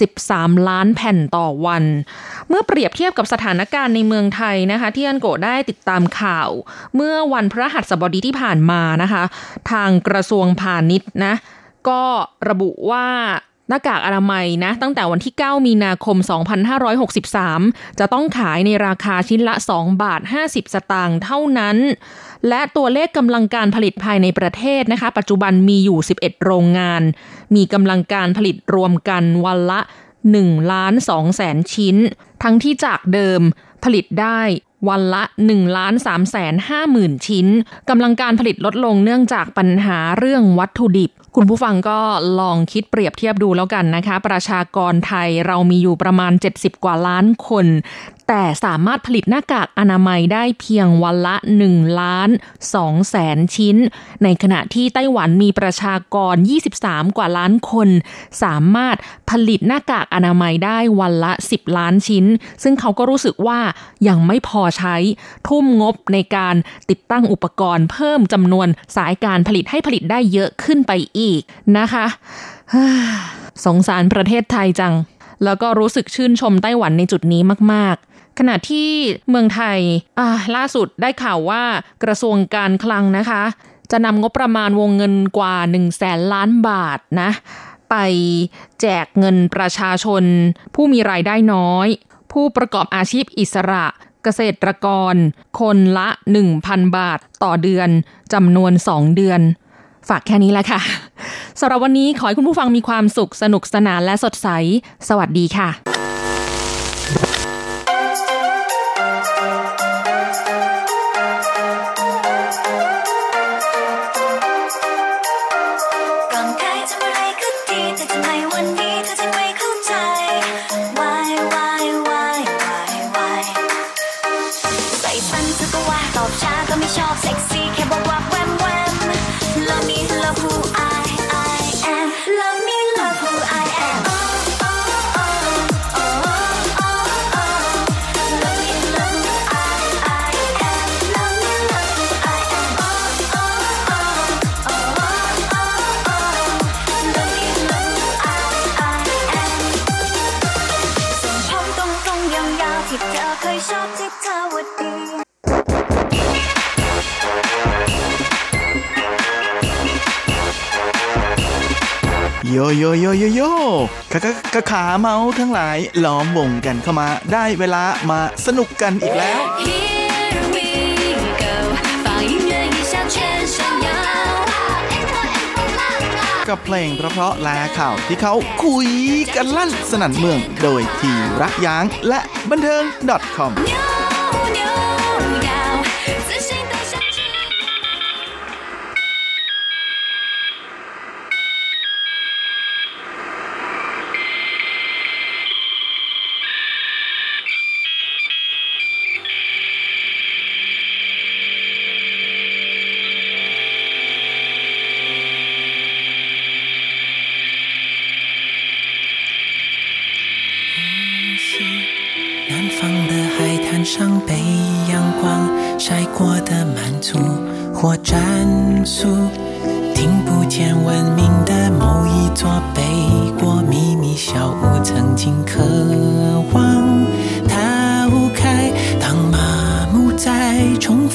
13ล้านแผ่นต่อวันเมื่อเปรียบเทียบกับสถานการณ์ในเมืองไทยนะคะที่อันโกได้ติดตามข่าวเมื่อวันพฤหัสบดีที่ผ่านมานะคะทางกระทรวงพาณิชย์นะก็ระบุว่าหน้ากากอนามัยนะตั้งแต่วันที่9มีนาคม2563จะต้องขายในราคาชิ้นละ2.50 บาทเท่านั้นและตัวเลขกำลังการผลิตภายในประเทศนะคะปัจจุบันมีอยู่11โรงงานมีกำลังการผลิตรวมกันวันละ 1,200,000 ชิ้นทั้งที่จากเดิมผลิตได้วันละ 1,350,000 ชิ้นกำลังการผลิตลดลงเนื่องจากปัญหาเรื่องวัตถุดิบคุณผู้ฟังก็ลองคิดเปรียบเทียบดูแล้วกันนะคะประชากรไทยเรามีอยู่ประมาณ70กว่าล้านคนแต่สามารถผลิตหน้ากากอนามัยได้เพียงวันละ 1,200,000 ชิ้นในขณะที่ไต้หวันมีประชากร23กว่าล้านคนสามารถผลิตหน้ากากอนามัยได้วันละ10ล้านชิ้นซึ่งเขาก็รู้สึกว่ายังไม่พอใช้ทุ่มงบในการติดตั้งอุปกรณ์เพิ่มจำนวนสายการผลิตให้ผลิตได้เยอะขึ้นไปอีกนะคะสงสารประเทศไทยจังแล้วก็รู้สึกชื่นชมไต้หวันในจุดนี้มากๆขณะที่เมืองไทยล่าสุดได้ข่าวว่ากระทรวงการคลังนะคะจะนำงบประมาณวงเงินกว่า 100,000 ล้านบาทนะไปแจกเงินประชาชนผู้มีรายได้น้อยผู้ประกอบอาชีพอิสระเกษตรกรคนละ 1,000 บาทต่อเดือนจำนวน2เดือนฝากแค่นี้แหละค่ะสำหรับวันนี้ขอให้คุณผู้ฟังมีความสุขสนุกสนานและสดใสสวัสดีค่ะ Love me love who I am โยโยโยโยโยขาเมาทั้งหลายล้อมวงกันเข้ามาได้เวลามาสนุกกันอีกแล้วกับเพลงเพราะๆและข่าวที่เขาคุยกันลั่นสนั่นเมืองโดยทีรักย้างและบันเทิง .com 上被阳光晒过的满足或战术听不见文明的某一座北国秘密小屋曾经渴望逃开当麻木在重复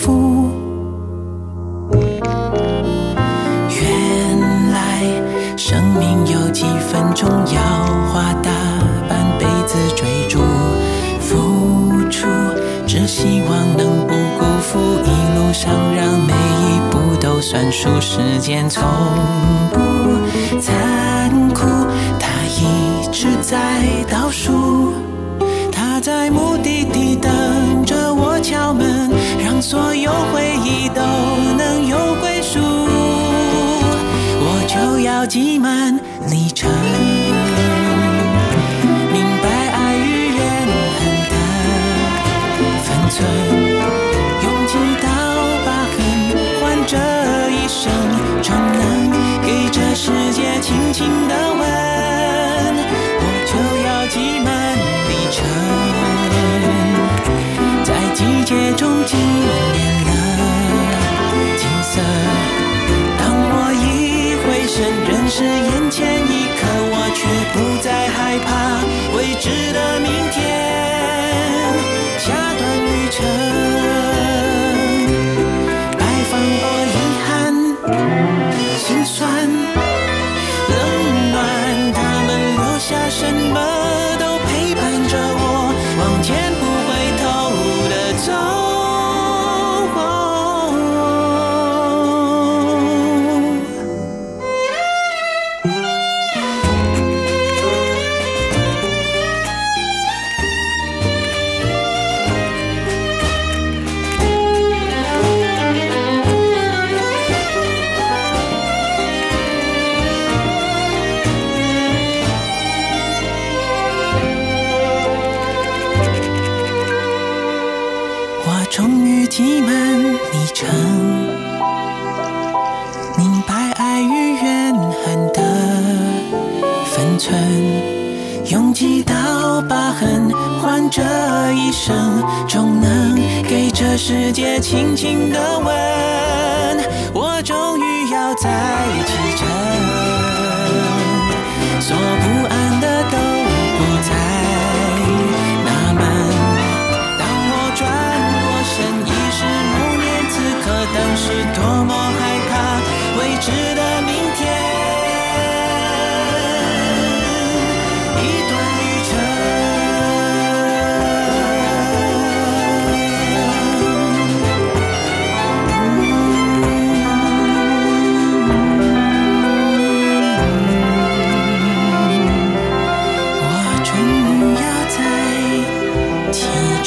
原来生命有几分钟要花大半辈子追逐付出只希望能不辜负一路上让每一步都算数时间从不残酷它一直在倒数它在目的地等着我敲门让所有回忆都能有归属我就要挤满里程用几道疤痕换这一生终能给这世界轻轻的吻我就要挤满里程在季节中纪念了景色当我一回身认识眼前一刻我却不再害怕未知的明天下段旅程摆放过遗憾心酸冷暖他们留下什么都陪伴着我往前不回头的走终于挤满里程明白爱与怨恨的分寸用几道疤痕换这一生终能给这世界轻轻的吻我终于要在启程所不安的都不再那么当时多么害怕未知的明天一段旅程我终于要在启程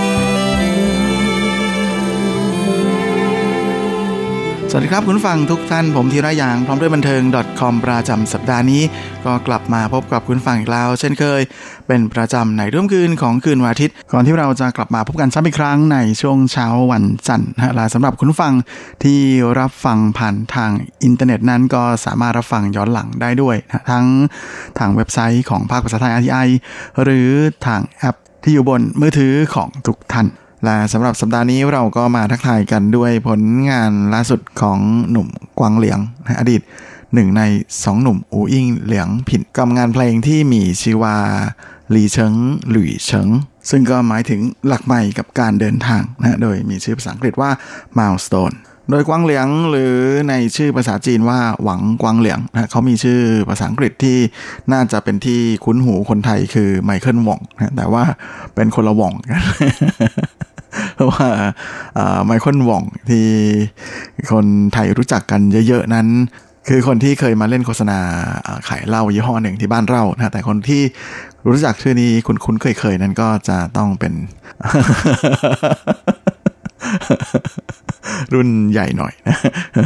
สวัสดีครับคุณฟังทุกท่านผมธีระยางพร้อมด้วยบันเทิง .com ประจำสัปดาห์นี้ก็กลับมาพบกับคุณฟังอีกแล้วเช่นเคยเป็นประจำในรุ่มคืนของคืนวันอาทิตย์ก่อนที่เราจะกลับมาพบกันซ้ำอีกครั้งในช่วงเช้าวันจันทร์และสำหรับคุณฟังที่รับฟังผ่านทางอินเทอร์เน็ตนั้นก็สามารถรับฟังย้อนหลังได้ด้วยทั้งทางเว็บไซต์ของภาคภาษาไทย RTI หรือทางแอปที่อยู่บนมือถือของทุกท่านและสำหรับสัปดาห์นี้เราก็มาทักทายกันด้วยผลงานล่าสุดของหนุ่มกวางเหลียงอดีตหนึ่งใน2หนุ่มอูอิ่งเหลียงผินกับงานเพลงที่มีชื่อว่าหลี่เฉิงหลุยเฉิงซึ่งก็หมายถึงหลักใหม่กับการเดินทางนะโดยมีชื่อภาษาอังกฤษว่า Milestone โดยกวางเหลียงหรือในชื่อภาษาจีนว่าหวังกวางเหลียงนะเขามีชื่อภาษาอังกฤษที่น่าจะเป็นที่คุ้นหูคนไทยคือไมเคิลหว่องนะแต่ว่าเป็นคนละหว่องกัน เพราะว่าไมเคิลหว่องที่คนไทยรู้จักกันเยอะๆนั้นคือคนที่เคยมาเล่นโฆษณาขายเหล้ายี่ห้อหนึ่งที่บ้านเรานะแต่คนที่รู้จักชื่อนี้คุ้นๆเคยๆนั้นก็จะต้องเป็น รุ่นใหญ่หน่อยนะ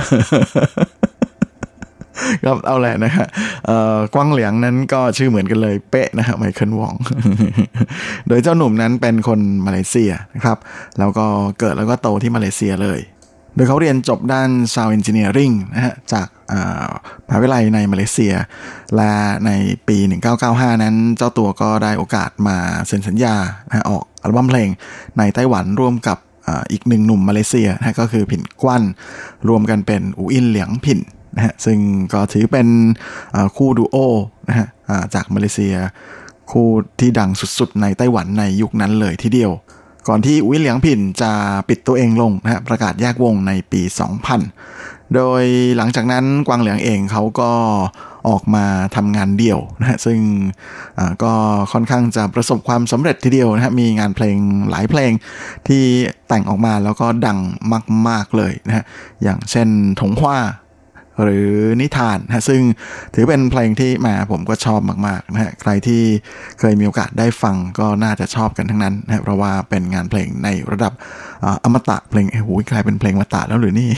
ครับเอาแหละนะฮะกวางเหลียงนั้นก็ชื่อเหมือนกันเลยเป๊ะนะฮะไมเคิลวอง โดยเจ้าหนุ่มนั้นเป็นคนมาเลเซียนะครับแล้วก็เกิดแล้วก็โตที่มาเลเซียเลยโดยเขาเรียนจบด้าน Sound Engineering นะฮะจากมหาวิทยาลัยในมาเลเซียและในปี1995นั้นเจ้าตัวก็ได้โอกาสมาเซ็นสัญญานะออกอัลบั้มเพลงในไต้หวันร่วมกับอีกหนึ่งหนุ่มมาเลเซียนะก็คือผินกวั้นรวมกันเป็นอูอินเหลียงผินนะฮะซึ่งก็ถือเป็นคู่ดูโอนะฮะจากมาเลเซียคู่ที่ดังสุดๆในไต้หวันในยุคนั้นเลยทีเดียวก่อนที่อูอินเหลียงผินจะปิดตัวเองลงนะฮะประกาศแยกวงในปี 2000 โดยหลังจากนั้นกวางเหลียงเองเขาก็ออกมาทำงานเดี่ยวนะฮะซึ่งก็ค่อนข้างจะประสบความสำเร็จทีเดียวนะฮะมีงานเพลงหลายเพลงที่แต่งออกมาแล้วก็ดังมากๆเลยนะฮะอย่างเช่นถงฮวาหรือนิทานนะซึ่งถือเป็นเพลงที่มาผมก็ชอบมากๆนะฮะใครที่เคยมีโอกาสได้ฟังก็น่าจะชอบกันทั้งนั้นนะเพราะว่าเป็นงานเพลงในระดับอมตะเพลงโอ้โหกลายเป็นเพลงอมตะแล้วหรือนี่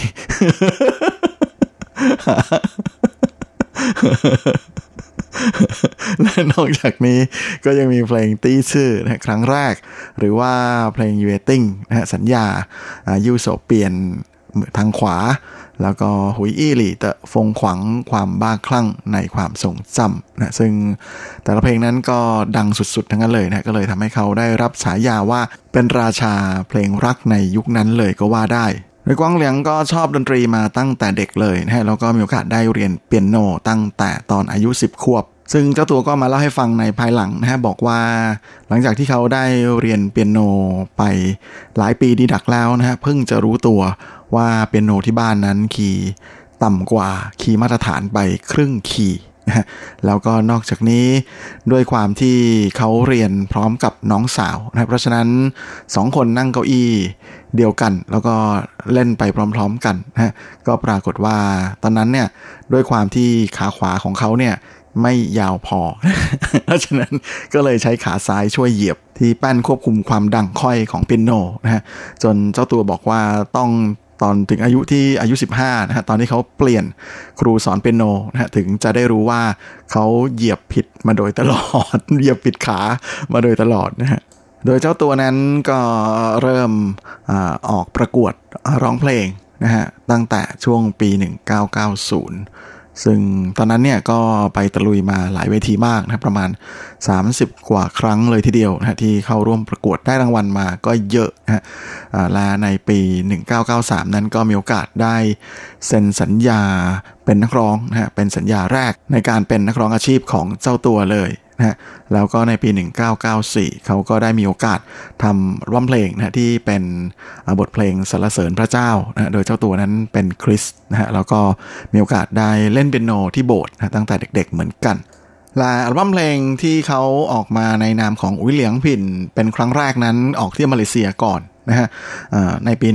และนอกจากนี้ก็ยังมีเพลงตี้ชื่อนะครั้งแรกหรือว่าเพลงยูเอติ้งนะฮะสัญญายูโสเปียนทางขวาแล้วก็หุยอี้หลี่เตะฟงขวังความบ้าคลั่งในความทรงจำนะซึ่งแต่ละเพลงนั้นก็ดังสุดๆทั้งนั้นเลยนะก็เลยทำให้เขาได้รับฉายาว่าเป็นราชาเพลงรักในยุคนั้นเลยก็ว่าได้โดยกวางเหลียงก็ชอบดนตรีมาตั้งแต่เด็กเลยนะฮะแล้วก็มีโอกาสได้เรียนเปียโนตั้งแต่ตอนอายุ10ขวบซึ่งเจ้าตัวก็มาเล่าให้ฟังในภายหลังนะฮะบอกว่าหลังจากที่เขาได้เรียนเปียโนไปหลายปีดีดักแล้วนะฮะเพิ่งจะรู้ตัวว่าเปียโนที่บ้านนั้นคีย์ต่ำกว่าคีย์มาตรฐานไปครึ่งคีย์นะฮะแล้วก็นอกจากนี้ด้วยความที่เขาเรียนพร้อมกับน้องสาวนะเพราะฉะนั้น2คนนั่งเก้าอี้เดียวกันแล้วก็เล่นไปพร้อมๆกันนะก็ปรากฏว่าตอนนั้นเนี่ยด้วยความที่ขาขวาของเขาเนี่ยไม่ยาวพอ เพราะฉะนั้นก็เลยใช้ขาซ้ายช่วยเหยียบที่แป้นควบคุมความดังค่อยของเปียโนนะฮะจนเจ้าตัวบอกว่าต้องตอนถึงอายุ15นะฮะตอนที่เขาเปลี่ยนครูสอนเปียโนนะฮะถึงจะได้รู้ว่าเขาเหยียบผิดมาโดยตลอด เหยียบผิดขามาโดยตลอดนะฮะโดยเจ้าตัวนั้นก็เริ่มออกประกวดร้องเพลงนะฮะตั้งแต่ช่วงปี1990ซึ่งตอนนั้นเนี่ยก็ไปตะลุยมาหลายเวทีมากนะประมาณ30กว่าครั้งเลยทีเดียวนะที่เข้าร่วมประกวดได้รางวัลมาก็เยอะนะและในปี1993นั้นก็มีโอกาสได้เซ็นสัญญาเป็นนักร้องนะฮะเป็นสัญญาแรกในการเป็นนักร้องอาชีพของเจ้าตัวเลยนะฮะแล้วก็ในปี1994เขาก็ได้มีโอกาสทำร้องเพลงนะที่เป็นบทเพลงสรรเสริญพระเจ้านะโดยเจ้าตัวนั้นเป็นคริสต์นะฮะแล้วก็มีโอกาสได้เล่นเปียโนที่โบสถ์นะตั้งแต่เด็กๆเหมือนกันและอัลบั้มเพลงที่เขาออกมาในนามของอู๋เหลียงผินเป็นครั้งแรกนั้นออกที่มาเลเซียก่อนนะฮะในปี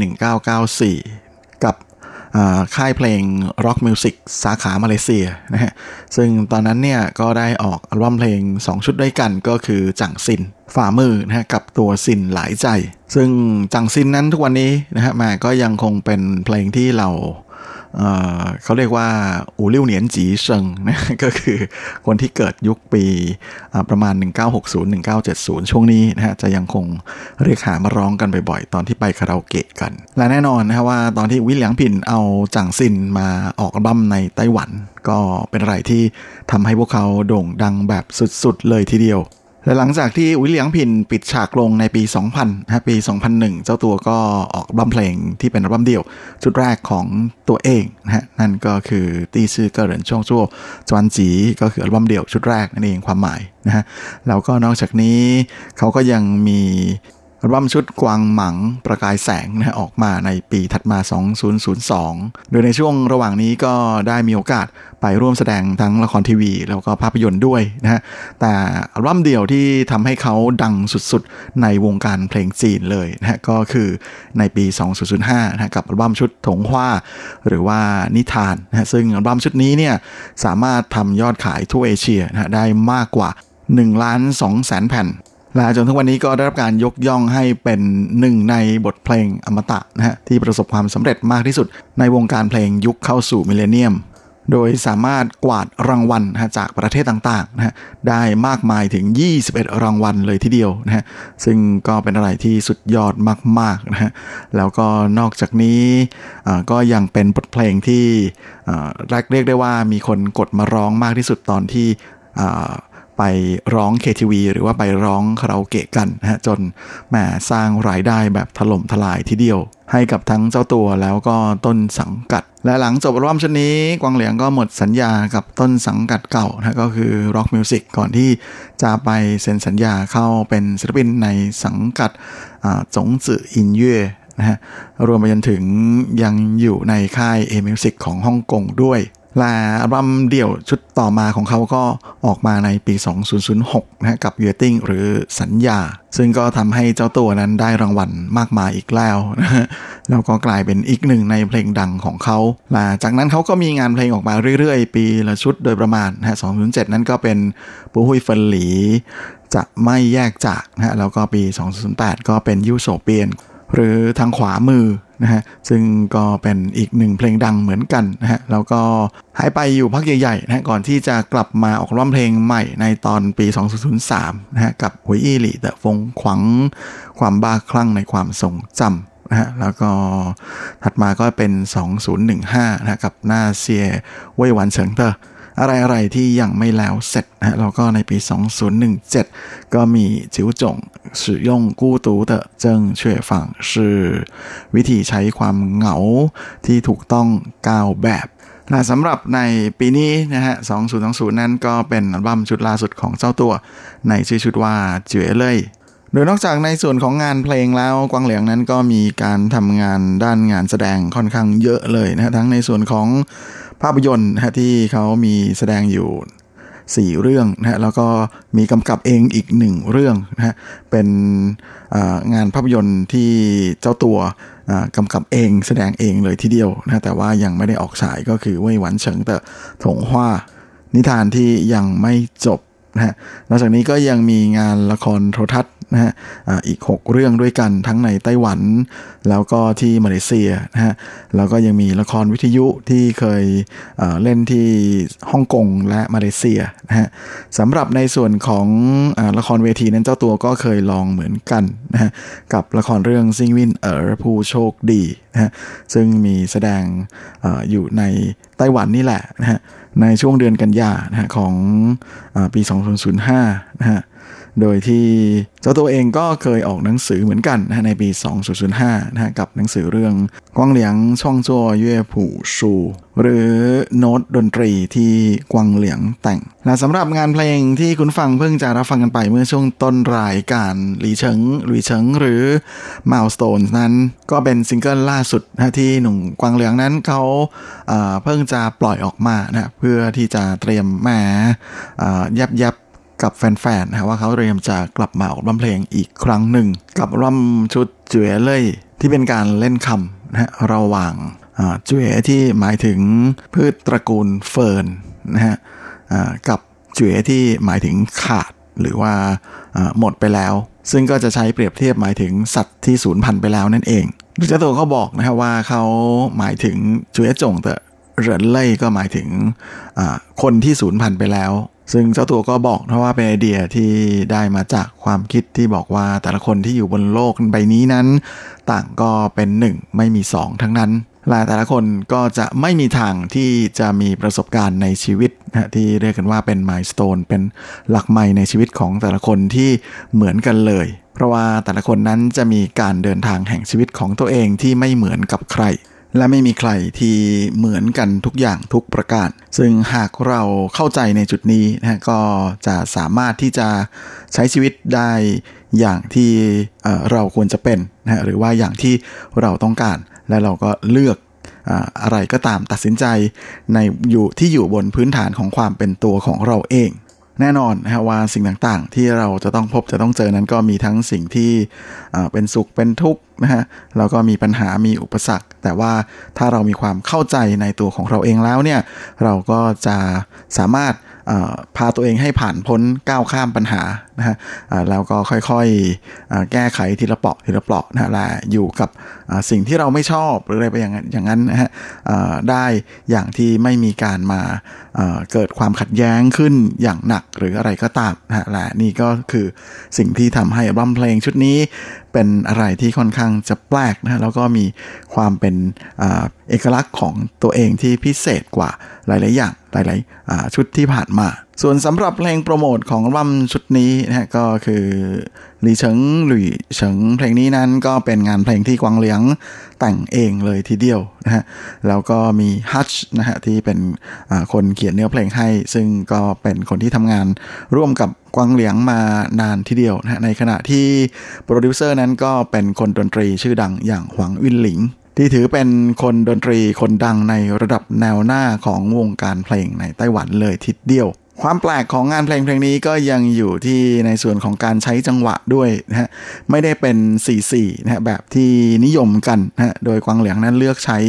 1994กับค่ายเพลง Rock Music สาขามาเลเซียนะฮะซึ่งตอนนั้นเนี่ยก็ได้ออกอัลบั้มเพลง2ชุดด้วยกันก็คือจังซินฝ่ามือนะฮะกับตัวซินหลายใจซึ่งจังซินนั้นทุกวันนี้นะฮะมาก็ยังคงเป็นเพลงที่เราเขาเรียกว่าอู่ลิ่วเหนียนจีเซิงนะก็คือคนที่เกิดยุคปีประมาณ1960-1970ช่วงนี้นะฮะจะยังคงเรียกหามาร้องกันบ่อยๆตอนที่ไปคาราโอเกะกันและแน่นอนนะฮะว่าตอนที่วิลเลียงผินเอาจังซินมาออกอัลบั้มในไต้หวันก็เป็นอะไรที่ทำให้พวกเขาโด่งดังแบบสุดๆเลยทีเดียวและหลังจากที่อู๋เหลียงผินปิดฉากลงในปี 2000 นะปี 2001 เจ้าตัวก็ออกอัลบั้มเพลงที่เป็นอัลบั้มเดี่ยวชุดแรกของตัวเองนะฮะนั่นก็คือตี้ซื่อเกอเหรินช่วงชั่วจวนจีก็คืออัลบั้มเดี่ยวชุดแรกนั่นเองความหมายนะฮะแล้วก็นอกจากนี้เขาก็ยังมีอัลบั้มชุดกวางหมังประกายแสงนะออกมาในปีถัดมา 2002 โดยในช่วงระหว่างนี้ก็ได้มีโอกาสไปร่วมแสดงทั้งละครทีวีแล้วก็ภาพยนตร์ด้วยนะฮะแต่อัลบั้มเดี่ยวที่ทำให้เขาดังสุดๆในวงการเพลงจีนเลยนะฮะก็คือในปี 2005 นะกับอัลบั้มชุดถงฮวาหรือว่านิทานนะซึ่งอัลบั้มชุดนี้เนี่ยสามารถทำยอดขายทั่วเอเชียนะได้มากกว่า 1,200,000 แผ่นและจนถึงวันนี้ก็ได้รับการยกย่องให้เป็นหนึ่งในบทเพลงอมตะนะฮะที่ประสบความสำเร็จมากที่สุดในวงการเพลงยุคเข้าสู่มิลเลนเนียมโดยสามารถกวาดรางวัลนะจากประเทศต่างๆนะฮะได้มากมายถึง21รางวัลเลยทีเดียวนะฮะซึ่งก็เป็นอะไรที่สุดยอดมากๆนะฮะแล้วก็นอกจากนี้ก็ยังเป็นบทเพลงที่เรียกได้ว่ามีคนกดมาร้องมากที่สุดตอนที่ไปร้อง KTV หรือว่าไปร้องคาราโอเกะกันนะฮะจนแหมสร้างรายได้แบบถล่มทลายทีเดียวให้กับทั้งเจ้าตัวแล้วก็ต้นสังกัดและหลังจบอัลบั้มชุดนี้กวางเหลียงก็หมดสัญญากับต้นสังกัดเก่านะก็คือ Rock Music ก่อนที่จะไปเซ็นสัญญาเข้าเป็นศิลปินในสังกัดจงจื่ออินเย่นะฮะรวมไปจนถึงยังอยู่ในค่าย A-Music ของฮ่องกงด้วยและอัลบั้มเดี่ยวชุดต่อมาของเขาก็ออกมาในปี 2006 นะกับ Waiting หรือสัญญาซึ่งก็ทำให้เจ้าตัวนั้นได้รางวัลมากมายอีกแล้วนะฮะแล้วก็กลายเป็นอีกหนึ่งในเพลงดังของเขาและจากนั้นเขาก็มีงานเพลงออกมาเรื่อยๆปีละชุดโดยประมาณนะฮะ 2007 นั้นก็เป็นปูฮุยเฟินหลีจะไม่แยกจากนะฮะแล้วก็ปี 2008 ก็เป็นยูโซเปียนหรือทางขวามือนะฮะซึ่งก็เป็นอีกหนึ่งเพลงดังเหมือนกันนะฮะแล้วก็หายไปอยู่พักใหญ่ๆนะก่อนที่จะกลับมาออกอัลบั้มเพลงใหม่ในตอนปี 2003 นะฮะกับหุยอี้หลี่เต๋อฟงขวังความบ้าคลั่งในความทรงจำนะฮะแล้วก็ถัดมาก็เป็น 2015 นะกับหน้าเซียเว่ยหวันเฉิงเตออะไรที่ยังไม่แล้วเสร็จนะแล้วก็ในปี 2017 ก็มีจิ๋วจง使用孤独的正确方式วิธีใช้ความเหงาที่ถูกต้อง9แบบและสำหรับในปีนี้นะฮะ 2020 นั้นก็เป็นอัลบั้มชุดล่าสุดของเจ้าตัวในชื่อชุดว่าเจ๋อเล่ยโดยนอกจากในส่วนของงานเพลงแล้วกวางเหลียงนั้นก็มีการทำงานด้านงานแสดงค่อนข้างเยอะเลยนะทั้งในส่วนของภาพยนตร์นะที่เขามีแสดงอยู่4เรื่องนะฮะแล้วก็มีกำกับเองอีก1เรื่องนะฮะเป็นงานภาพยนตร์ที่เจ้าตัวกำกับเองแสดงเองเลยทีเดียวนะแต่ว่ายังไม่ได้ออกฉายก็คือเว่ยหวันเฉิงเต๋อถงฮวานิทานที่ยังไม่จบนะฮะนอกจากนี้ก็ยังมีงานละครโทรทัศน์นะฮะอีก6เรื่องด้วยกันทั้งในไต้หวันแล้วก็ที่มาเลเซียนะฮะแล้วก็ยังมีละครวิทยุที่เคยเล่นที่ฮ่องกงและมาเลเซียนะฮะสำหรับในส่วนของละครเวทีนั้นเจ้าตัวก็เคยลองเหมือนกันนะฮะกับละครเรื่องซิงวินผู้โชคดีนะฮะซึ่งมีแสดงอยู่ในไต้หวันนี่แหละนะฮะในช่วงเดือนกันยายนนะฮะของปี 2005 นะฮะโดยที่เจ้าตัวเองก็เคยออกหนังสือเหมือนกันนะในปี 2005 นะฮะกับหนังสือเรื่องกวางเหลียงช่องจั่วเย่ผู่ชูหรือโน้ตดนตรีที่กวางเหลียงแต่งและสำหรับงานเพลงที่คุณฟังเพิ่งจะรับฟังกันไปเมื่อช่วงต้นรายการหลี่เฉิงหรือ Milestone นั้นก็เป็นซิงเกิลล่าสุดนะที่หนุ่มกวางเหลียงนั้นเขาเพิ่งจะปล่อยออกมานะเพื่อที่จะเตรียมมายับกับแฟนๆนะว่าเขาเตรียมจะกลับมาออกร้องเพลงอีกครั้งหนึ่งกับร้องชุดเจ๋อเล่ยที่เป็นการเล่นคำนะระหว่างเจ๋อที่หมายถึงพืชตระกูลเฟิร์นนะฮะกับเจ๋อที่หมายถึงขาดหรือว่าหมดไปแล้วซึ่งก็จะใช้เปรียบเทียบหมายถึงสัตว์ที่สูญพันธุ์ไปแล้วนั่นเองเจ้าตัวเขาบอกนะฮะว่าเขาหมายถึงเจ๋อจงเต๋อเหรินเล่ยก็หมายถึงคนที่สูญพันธุ์ไปแล้วซึ่งเจ้าตัวก็บอกนะว่าเป็นไอเดียที่ได้มาจากความคิดที่บอกว่าแต่ละคนที่อยู่บนโลกใบนี้นั้นต่างก็เป็น1ไม่มี2ทั้งนั้นและแต่ละคนก็จะไม่มีทางที่จะมีประสบการณ์ในชีวิตนะที่เรียกกันว่าเป็นมายสโตนเป็นหลักไมล์ในชีวิตของแต่ละคนที่เหมือนกันเลยเพราะว่าแต่ละคนนั้นจะมีการเดินทางแห่งชีวิตของตัวเองที่ไม่เหมือนกับใครและไม่มีใครที่เหมือนกันทุกอย่างทุกประการซึ่งหากเราเข้าใจในจุดนี้นะก็จะสามารถที่จะใช้ชีวิตได้อย่างที่เราควรจะเป็นนะหรือว่าอย่างที่เราต้องการและเราก็เลือกอะไรก็ตามตัดสินใจในอยู่บนพื้นฐานของความเป็นตัวของเราเองแน่นอนนะฮะว่าสิ่งต่างๆที่เราจะต้องพบจะต้องเจอนั้นก็มีทั้งสิ่งที่เป็นสุขเป็นทุกข์นะฮะแล้วก็มีปัญหามีอุปสรรคแต่ว่าถ้าเรามีความเข้าใจในตัวของเราเองแล้วเนี่ยเราก็จะสามารถพาตัวเองให้ผ่านพ้นก้าวข้ามปัญหานะฮะแล้วก็ค่อยๆแก้ไขทีละเปราะทีละเปราะนะและอยู่กับสิ่งที่เราไม่ชอบหรืออะไรไปอย่างนั้นนะฮะได้อย่างที่ไม่มีการมาเกิดความขัดแย้งขึ้นอย่างหนักหรืออะไรก็ตามนะฮะและนี่ก็คือสิ่งที่ทำให้อัลบั้มเพลงชุดนี้เป็นอะไรที่ค่อนข้างจะแปลกนะฮะแล้วก็มีความเป็นเอกลักษณ์ของตัวเองที่พิเศษกว่าหลายๆอย่างหลายๆชุดที่ผ่านมาส่วนสำหรับเพลงโปรโมทของอัลบั้มชุดนี้นะฮะก็คือหลี่เฉิงเพลงนี้นั้นก็เป็นงานเพลงที่กวางเหลียงแต่งเองเลยทีเดียวนะฮะแล้วก็มีฮัชนะฮะที่เป็นคนเขียนเนื้อเพลงให้ซึ่งก็เป็นคนที่ทำงานร่วมกับกวางเหลียงมานานทีเดียวนะฮะในขณะที่โปรดิวเซอร์นั้นก็เป็นคนดนตรีชื่อดังอย่างหวังวินหลิงที่ถือเป็นคนดนตรีคนดังในระดับแนวหน้าของวงการเพลงในไต้หวันเลยทีเดียวความแปลกของงานเพลงนี้ก็ยังอยู่ที่ในส่วนของการใช้จังหวะด้วยนะฮะไม่ได้เป็น 4/4 นะฮะแบบที่นิยมกันนะฮะโดยกวางเหลียงนั้นเลือกใช้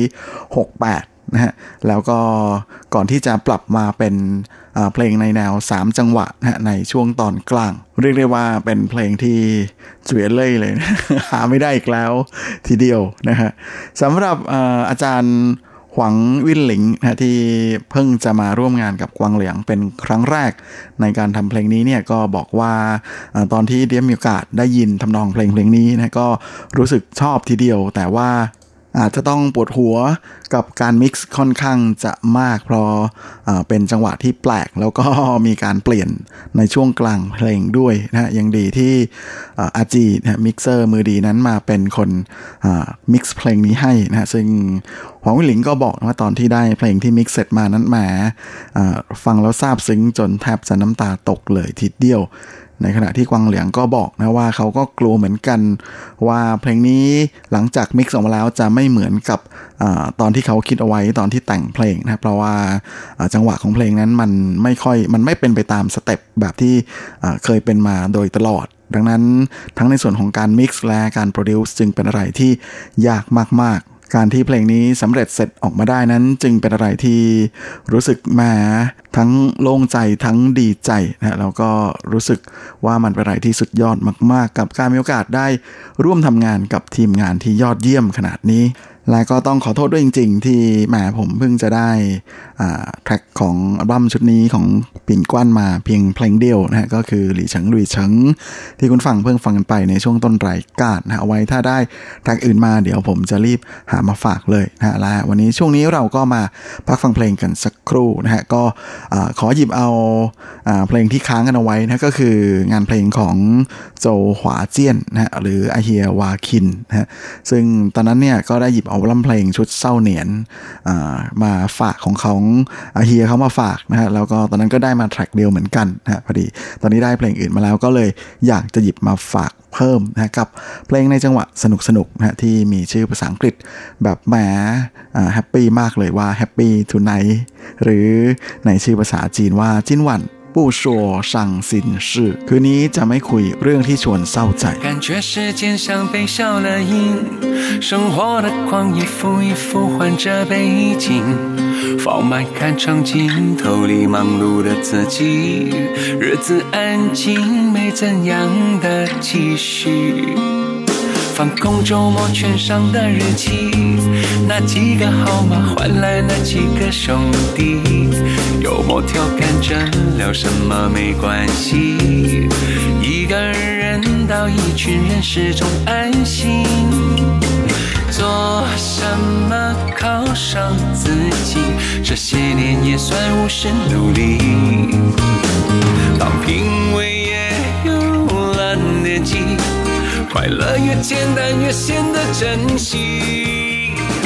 6/8 นะฮะแล้วก็ก่อนที่จะปรับมาเป็นเพลงในแนว3จังหวะนะฮะในช่วงตอนกลางเรียกได้ว่าเป็นเพลงที่จุ๋ยเล่ยเลยนะหาไม่ได้อีกแล้วทีเดียวนะฮะสำหรับอาจารย์หวังวินหลิงนะที่เพิ่งจะมาร่วมงานกับกวางเหลียงเป็นครั้งแรกในการทำเพลงนี้เนี่ยก็บอกว่าตอนที่ได้มีโอกาสได้ยินทำนองเพลงนี้นะก็รู้สึกชอบทีเดียวแต่ว่าอาจจะต้องปวดหัวกับการมิกซ์ค่อนข้างจะมากเพราะเป็นจังหวะที่แปลกแล้วก็มีการเปลี่ยนในช่วงกลางเพลงด้วยนะยังดีที่อาจีนะมิกเซอร์มือดีนั้นมาเป็นคนมิกซ์เพลงนี้ให้นะซึ่งหวังวินหลิงก็บอกว่าตอนที่ได้เพลงที่มิกซ์เสร็จมานั้นแหมฟังแล้วซาบซึ้งจนแทบจะน้ำตาตกเลยทีเดียวในขณะที่กวางเหลียงก็บอกนะว่าเขาก็กลัวเหมือนกันว่าเพลงนี้หลังจากมิกซ์ออกมาแล้วจะไม่เหมือนกับตอนที่เขาคิดเอาไว้ตอนที่แต่งเพลงนะเพราะว่าจังหวะของเพลงนั้นมันไม่เป็นไปตามสเต็ปแบบที่เคยเป็นมาโดยตลอดดังนั้นทั้งในส่วนของการมิกซ์และการโปรดิวซ์จึงเป็นอะไรที่ยากมากๆการที่เพลงนี้สำเร็จเสร็จออกมาได้นั้นจึงเป็นอะไรที่รู้สึกมาทั้งโล่งใจทั้งดีใจนะแล้วก็รู้สึกว่ามันเป็นอะไรที่สุดยอดมากๆกับการมีโอกาสได้ร่วมทำงานกับทีมงานที่ยอดเยี่ยมขนาดนี้และก็ต้องขอโทษด้วยจริงๆที่แหมผมเพิ่งจะได้แทร็กของอัลบั้มชุดนี้ของปิ่นกว้านมาเพียงเพลงเดียวนะฮะก็คือหลี่เฉิงที่คุณฟังเพิ่งฟังกันไปในช่วงต้นรายการนะเอาไว้ถ้าได้แทร็กอื่นมาเดี๋ยวผมจะรีบหามาฝากเลยนะและวันนี้ช่วงนี้เราก็มาพักฟังเพลงกันสักครู่นะฮะก็ขอหยิบเอาเพลงที่ค้างกันเอาไว้นะก็คืองานเพลงของโจหวาเจี้ยนนะฮะหรืออาเฮียวาคินนะฮะซึ่งตอนนั้นเนี่ยก็ได้หยิบเอาอัลบั้มเพลงชุดเศร้าเหนียนมาฝากของอาเฮียเขามาฝากนะฮะแล้วก็ตอนนั้นก็ได้มาแทร็กเดียวเหมือนกันนะฮะพอดีตอนนี้ได้เพลงอื่นมาแล้วก็เลยอยากจะหยิบมาฝากเพิ่มนะกับเพลงในจังหวะสนุกนะฮะที่มีชื่อภาษาอังกฤษแบบแหมแฮปปี้มากเลยว่า Happy Tonight หรือในชื่อภาษาจีนว่าจิ้นหวัน不说伤心事คืนนี้จะไม่คุยเรื่องที่ชวนเศร้าใจ感觉时间像被消了音生活的光一幅一幅换着背景放慢看长镜头里忙碌的自己日子安静没怎样的继续放空周末券上的日期那几个号码换来那几个兄弟幽默调侃着聊什么没关系一个人到一群人始终安心做什么犒赏自己这些年也算无声努力当品味也有了年纪快乐越简单越显得珍惜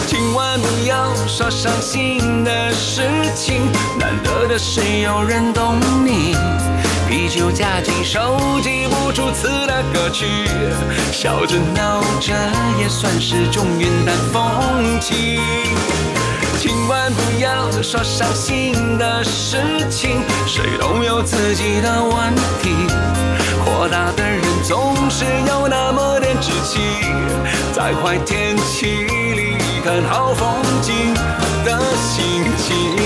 今晚不要说伤心的事情，难得的是有人懂你。啤酒加进手记不出词的歌曲，笑着闹着也算是种云淡风轻。今晚不要说伤心的事情，谁都有自己的问题。豁达的人总是有那么点志气，在坏天气里看好风景的心情。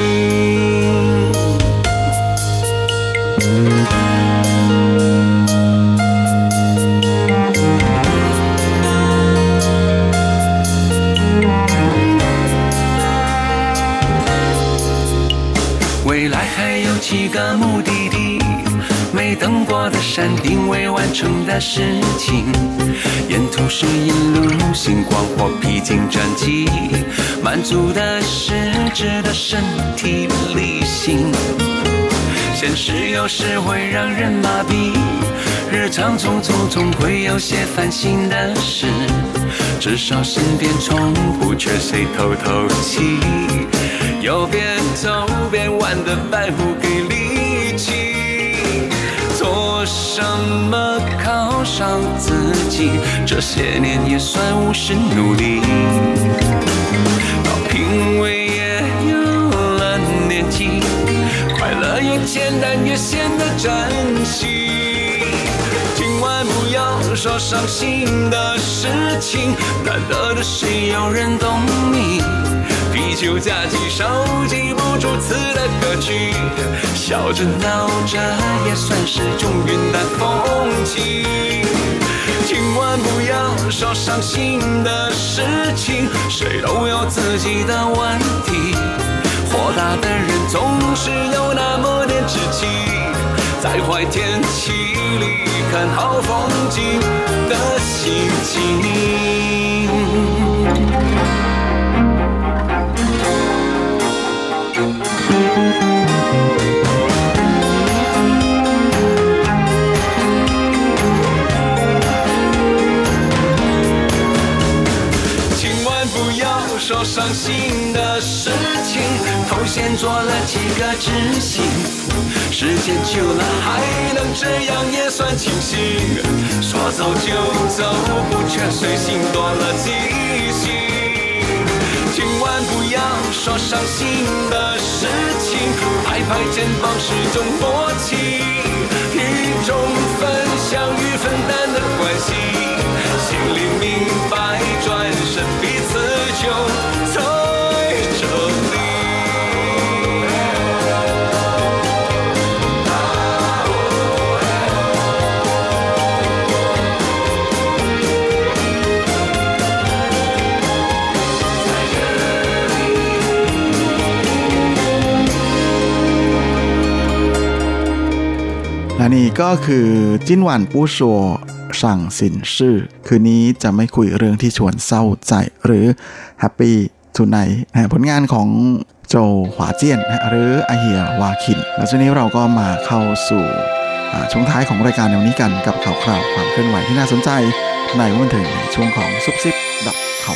未来还有几个目的地，没登过的山顶，未完成的事情，沿途是一路星光或披荆斩棘，满足的是值得身体力行。现实有时会让人麻痹，日常匆匆总会有些烦心的事，至少身边从不缺谁透透气，有边走边玩的白虎给力气。做什么犒赏自己，这些年也算务实努力，到品味也有了年纪，快乐越简单越显得珍惜。今晚不要说伤心的事情，难得的是有人懂你。啤酒加几首记不住词的歌曲，笑着闹着也算是种云淡风轻。今晚不要说伤心的事情，谁都有自己的问题。豁达的人总是有那么点志气，在坏天气里看好风景的心情。今晚不要说伤心的事情，头先做了几个执行，时间久了还能这样也算清醒，说走就走不缺随性多了记性。今晚不要说伤心的事情，拍拍肩膀是种默契，一种分享与分担的关系，心里明白转身彼此就在这里。 และนี่ก็คือจิ้นหวานปู้ชัวสั่งสินชื่อคืนนี้จะไม่คุยเรื่องที่ชวนเศร้าใจหรือแฮปปี้ทูไนท์ผลงานของโจหวาเจี้ยนหรืออาเฮียวาคินแล้วช่วงนี้เราก็มาเข้าสู่ช่วงท้ายของรายการในวันนี้กันกับข่าวคราวความเคลื่อนไหวที่น่าสนใจในวันถึงในช่วงของซุปซิป.com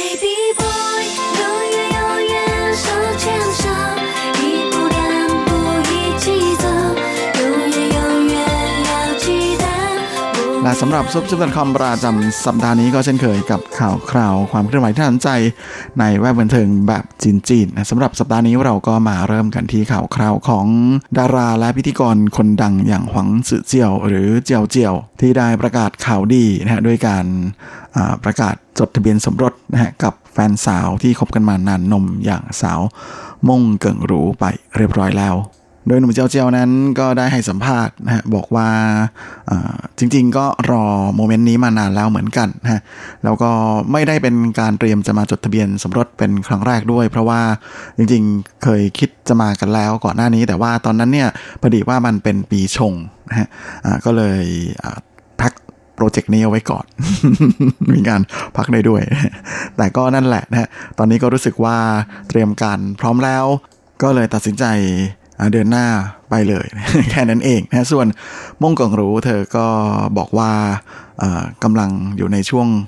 และสำหรับซุปซิป.com ประจำสัปดาห์นี้ก็เช่นเคยกับข่าวคราวความเคลื่อนไหวที่น่าสนใจในแวดวงบันเทิงแบบจีนๆสำหรับสัปดาห์นี้เราก็มาเริ่มกันที่ข่าวคราวของดาราและพิธีกรคนดังอย่างหวังซือเจี้ยวหรือเจียวเจียวที่ได้ประกาศข่าวดีด้วยการประกาศจดทะเบียนสมรสกับแฟนสาวที่คบกันมานานนมอย่างสาวม่งเกิ่งหรูไปเรียบร้อยแล้วโดยหนุ่มเจียวเจียวนั้นก็ได้ให้สัมภาษณ์บอกว่าจริงๆก็รอโมเมนต์นี้มานานแล้วเหมือนกันแล้วก็ไม่ได้เป็นการเตรียมจะมาจดทะเบียนสมรสเป็นครั้งแรกด้วยเพราะว่าจริงๆเคยคิดจะมากันแล้วก่อนหน้านี้แต่ว่าตอนนั้นเนี่ยพอดีว่ามันเป็นปีชงก็เลยพักโปรเจกต์นี้เอาไว้ก่อน มีการพักได้ด้วย แต่ก็นั่นแหละตอนนี้ก็รู้สึกว่าเตรียมการพร้อมแล้วก็เลยตัดสินใจเดินหน้าไปเลย แค่นั้นเองส่วนม่งเกิ่งหรูเธอก็บอกว่ากำลังอยู่ในช่วง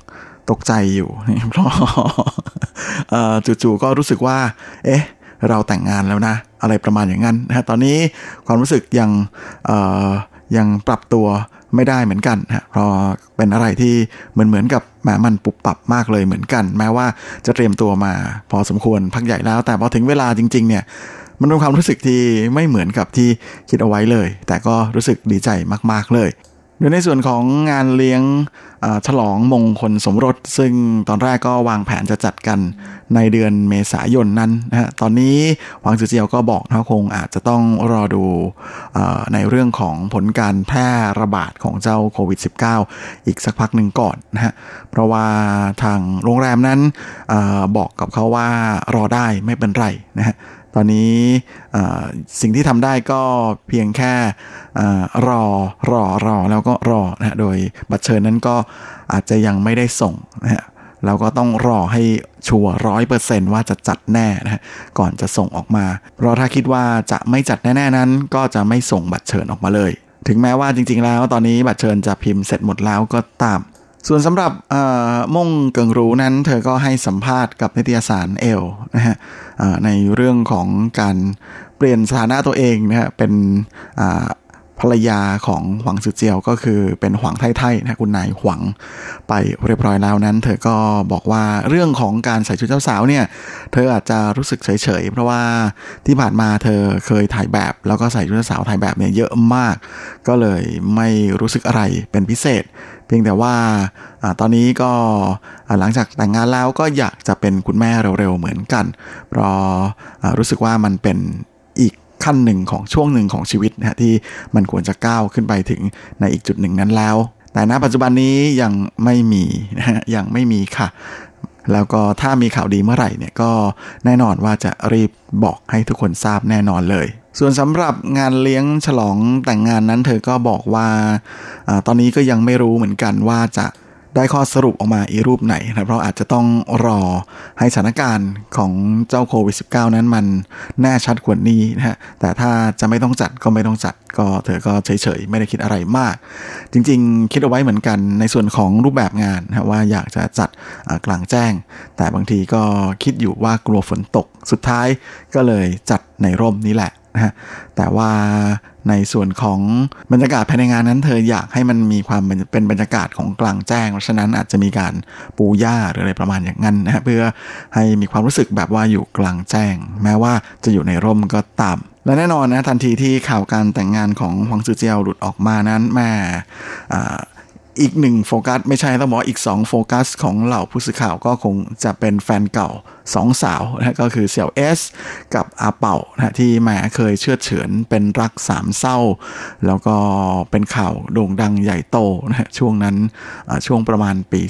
ตกใจอยู่เพราะจู่ๆก็รู้สึกว่าเราแต่งงานแล้วนะอะไรประมาณอย่างนั้นนะตอนนี้ความรู้สึกยังปรับตัวไม่ได้เหมือนกันนะเพราะเป็นอะไรที่เหมือนกับมันปุบปับมากเลยเหมือนกันแม้ว่าจะเตรียมตัวมาพอสมควรพักใหญ่แล้วแต่พอถึงเวลาจริงๆเนี่ยมันเป็นความรู้สึกที่ไม่เหมือนกับที่คิดเอาไว้เลยแต่ก็รู้สึกดีใจมากๆเลยโดยในส่วนของงานเลี้ยงฉลองมงคลสมรสซึ่งตอนแรกก็วางแผนจะจัดกันในเดือนเมษายนนั้นนะฮะตอนนี้หวังจือเจียวก็บอกนะคงอาจจะต้องรอดูในเรื่องของผลการแพร่ระบาดของเจ้าโควิด -19 อีกสักพักหนึ่งก่อนนะฮะเพราะว่าทางโรงแรมนั้นบอกกับเขาว่ารอได้ไม่เป็นไรนะฮะตอนนี้สิ่งที่ทำได้ก็เพียงแค่รอแล้วก็รอนะฮะโดยบัตรเชิญนั้นก็อาจจะยังไม่ได้ส่งนะฮะเราก็ต้องรอให้ชัวร์ 100% ว่าจะจัดแน่นะฮะก่อนจะส่งออกมาเพราะถ้าคิดว่าจะไม่จัดแน่ๆนั้นก็จะไม่ส่งบัตรเชิญออกมาเลยถึงแม้ว่าจริงๆแล้วตอนนี้บัตรเชิญจะพิมพ์เสร็จหมดแล้วก็ตามส่วนสำหรับม่งเกิงรู้นั้นเธอก็ให้สัมภาษณ์กับนิตยสารเอลนะฮะในเรื่องของการเปลี่ยนสถานะตัวเองนะฮะเป็นภรรยาของหวังซือเจียวก็คือเป็นหวังไท่ๆนะคุณนายหวังไปเรียบร้อยแล้วนั้นเธอก็บอกว่าเรื่องของการใส่ชุดเจ้าสาวเนี่ยเธออาจจะรู้สึกเฉยๆเพราะว่าที่ผ่านมาเธอเคยถ่ายแบบแล้วก็ใส่ชุดเจ้าสาวถ่ายแบบเนี่ยเยอะมากก็เลยไม่รู้สึกอะไรเป็นพิเศษเพียงแต่ว่าตอนนี้ก็หลังจากแต่งงานแล้วก็อยากจะเป็นคุณแม่เร็วๆเหมือนกันเพราะรู้สึกว่ามันเป็นอีกขั้นหนึ่งของช่วงหนึ่งของชีวิตนะที่มันควรจะก้าวขึ้นไปถึงในอีกจุดหนึ่งนั้นแล้วแต่ณปัจจุบันนี้ยังไม่มีนะฮะยังไม่มีค่ะแล้วก็ถ้ามีข่าวดีเมื่อไหร่เนี่ยก็แน่นอนว่าจะรีบบอกให้ทุกคนทราบแน่นอนเลยส่วนสำหรับงานเลี้ยงฉลองแต่งงานนั้นเธอก็บอกว่าตอนนี้ก็ยังไม่รู้เหมือนกันว่าจะได้ข้อสรุปออกมาอีรูปไหนนะเพราะอาจจะต้องรอให้สถานการณ์ของเจ้าโควิด -19 นั้นมันแน่ชัดกว่านี้นะฮะแต่ถ้าจะไม่ต้องจัดก็ไม่ต้องจัดก็เธอก็เฉยๆไม่ได้คิดอะไรมากจริงๆคิดเอาไว้เหมือนกันในส่วนของรูปแบบงานนะว่าอยากจะจัดกลางแจ้งแต่บางทีก็คิดอยู่ว่ากลัวฝนตกสุดท้ายก็เลยจัดในร่มนี้แหละนะฮะแต่ว่าในส่วนของบรรยากาศภายในงานนั้นเธออยากให้มันมีความเป็นบรรยากาศของกลางแจ้งเพราะฉะนั้นอาจจะมีการปูหญ้าหรืออะไรประมาณอย่างนั้นนะฮะเพื่อให้มีความรู้สึกแบบว่าอยู่กลางแจ้งแม้ว่าจะอยู่ในร่มก็ตามและแน่นอนนะทันทีที่ข่าวการแต่งงานของหวังซือเจียวหลุดออกมานั้นแม่อีกหนึ่งโฟกัสไม่ใช่ต้องบอกอีก2โฟกัสของเหล่าผู้สื่อข่าวก็คงจะเป็นแฟนเก่า2สาวนะก็คือเสี่ยวเอสกับอาเป่านะที่แม่เคยเชื่อเฉือนเป็นรักสามเศร้าแล้วก็เป็นข่าวโด่งดังใหญ่โตนะช่วงนั้นช่วงประมาณปี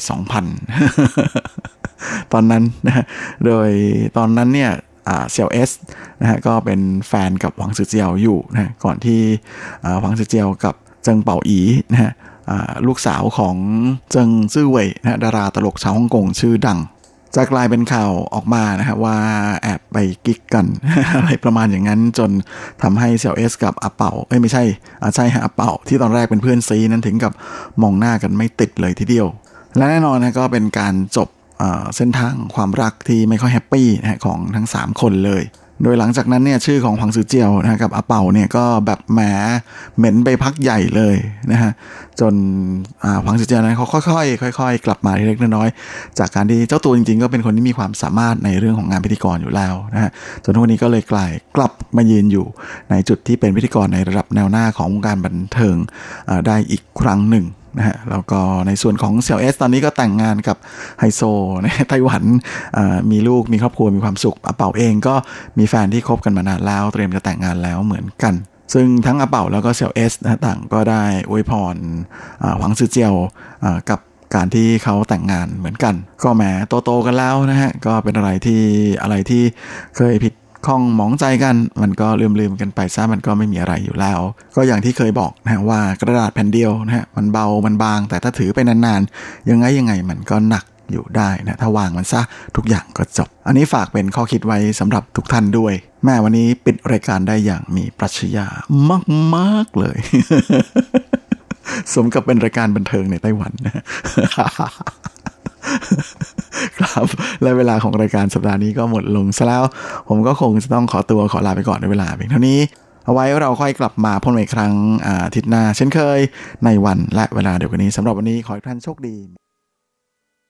2000 ตอนนั้นนะโดยตอนนั้นเนี่ยเสี่ยวเอสนะฮะก็เป็นแฟนกับหวังซือเจียวอยู่นะก่อนที่หวังซือเจียวกับเจิงเป่าอีนะฮะลูกสาวของเจิงซื่อเว่ยนะดาราตลกชาวฮ่องกงชื่อดังจะกลายเป็นข่าวออกมานะฮะว่าแอบไปกิ๊กกัน อะไรประมาณอย่างนั้นจนทำให้เสี่ยวเอสกับอาเป่าไม่ใช่ใช่ฮะอาเป่าที่ตอนแรกเป็นเพื่อนซีนั้นถึงกับมองหน้ากันไม่ติดเลยทีเดียวและแน่นอนนะก็เป็นการจบเส้นทางความรักที่ไม่ค่อยแฮปปี้นะฮะของทั้ง3คนเลยโดยหลังจากนั้นเนี่ยชื่อของหวังซือเจียวนะกับอาเป่าเนี่ยก็แบบแหมเหม็นไปพักใหญ่เลยนะฮะจนหวังซือเจียวนั้นเขาค่อยๆกลับมาเล็กน้อยจากการที่เจ้าตัวจริงๆก็เป็นคนที่มีความสามารถในเรื่องของงานพิธีกรอยู่แล้วนะฮะจนทุกวันนี้ก็เลยกลับมายืนอยู่ในจุดที่เป็นพิธีกรในระดับแนวหน้าของวงการบันเทิงได้อีกครั้งหนึ่งนะฮะแล้วก็ในส่วนของเสี่ยวเอสตอนนี้ก็แต่งงานกับไฮโซในไต้หวันมีลูกมีครอบครัวมีความสุขอาเป่าเองก็มีแฟนที่คบกันมานานแล้วเตรียมจะแต่งงานแล้วเหมือนกันซึ่งทั้งอาเป่าแล้วก็เสี่ยวเอสนะต่างก็ได้อวยพรหวังซือเจียวกับการที่เขาแต่งงานเหมือนกันก็แหมโตๆกันแล้วนะฮะก็เป็นอะไรที่เคยผิดข้องหมองใจกันมันก็ลืมกันไปซะมันก็ไม่มีอะไรอยู่แล้วก็อย่างที่เคยบอกนะว่ากระดาษแผ่นเดียวนะฮะมันเบามันบางแต่ถ้าถือไปนานๆยังไงมันก็หนักอยู่ได้นะถ้าวางมันซะทุกอย่างก็จบอันนี้ฝากเป็นข้อคิดไว้สำหรับทุกท่านด้วยแม่วันนี้ปิดรายการได้อย่างมีปรัชญามากๆเลย สมกับเป็นรายการบันเทิงในไต้หวันนะครับและเวลาของรายการสัปดาห์นี้ก็หมดลงซะแล้วผมก็คงจะต้องขอลาไปก่อนในเวลาเพียงเท่านี้เอาไว้เราค่อยกลับมาพบกันอีกครั้งอาทิตย์หน้าเช่นเคยในวันและเวลาเดียวกันนี้สำหรับวันนี้ขอให้ท่านโชคดี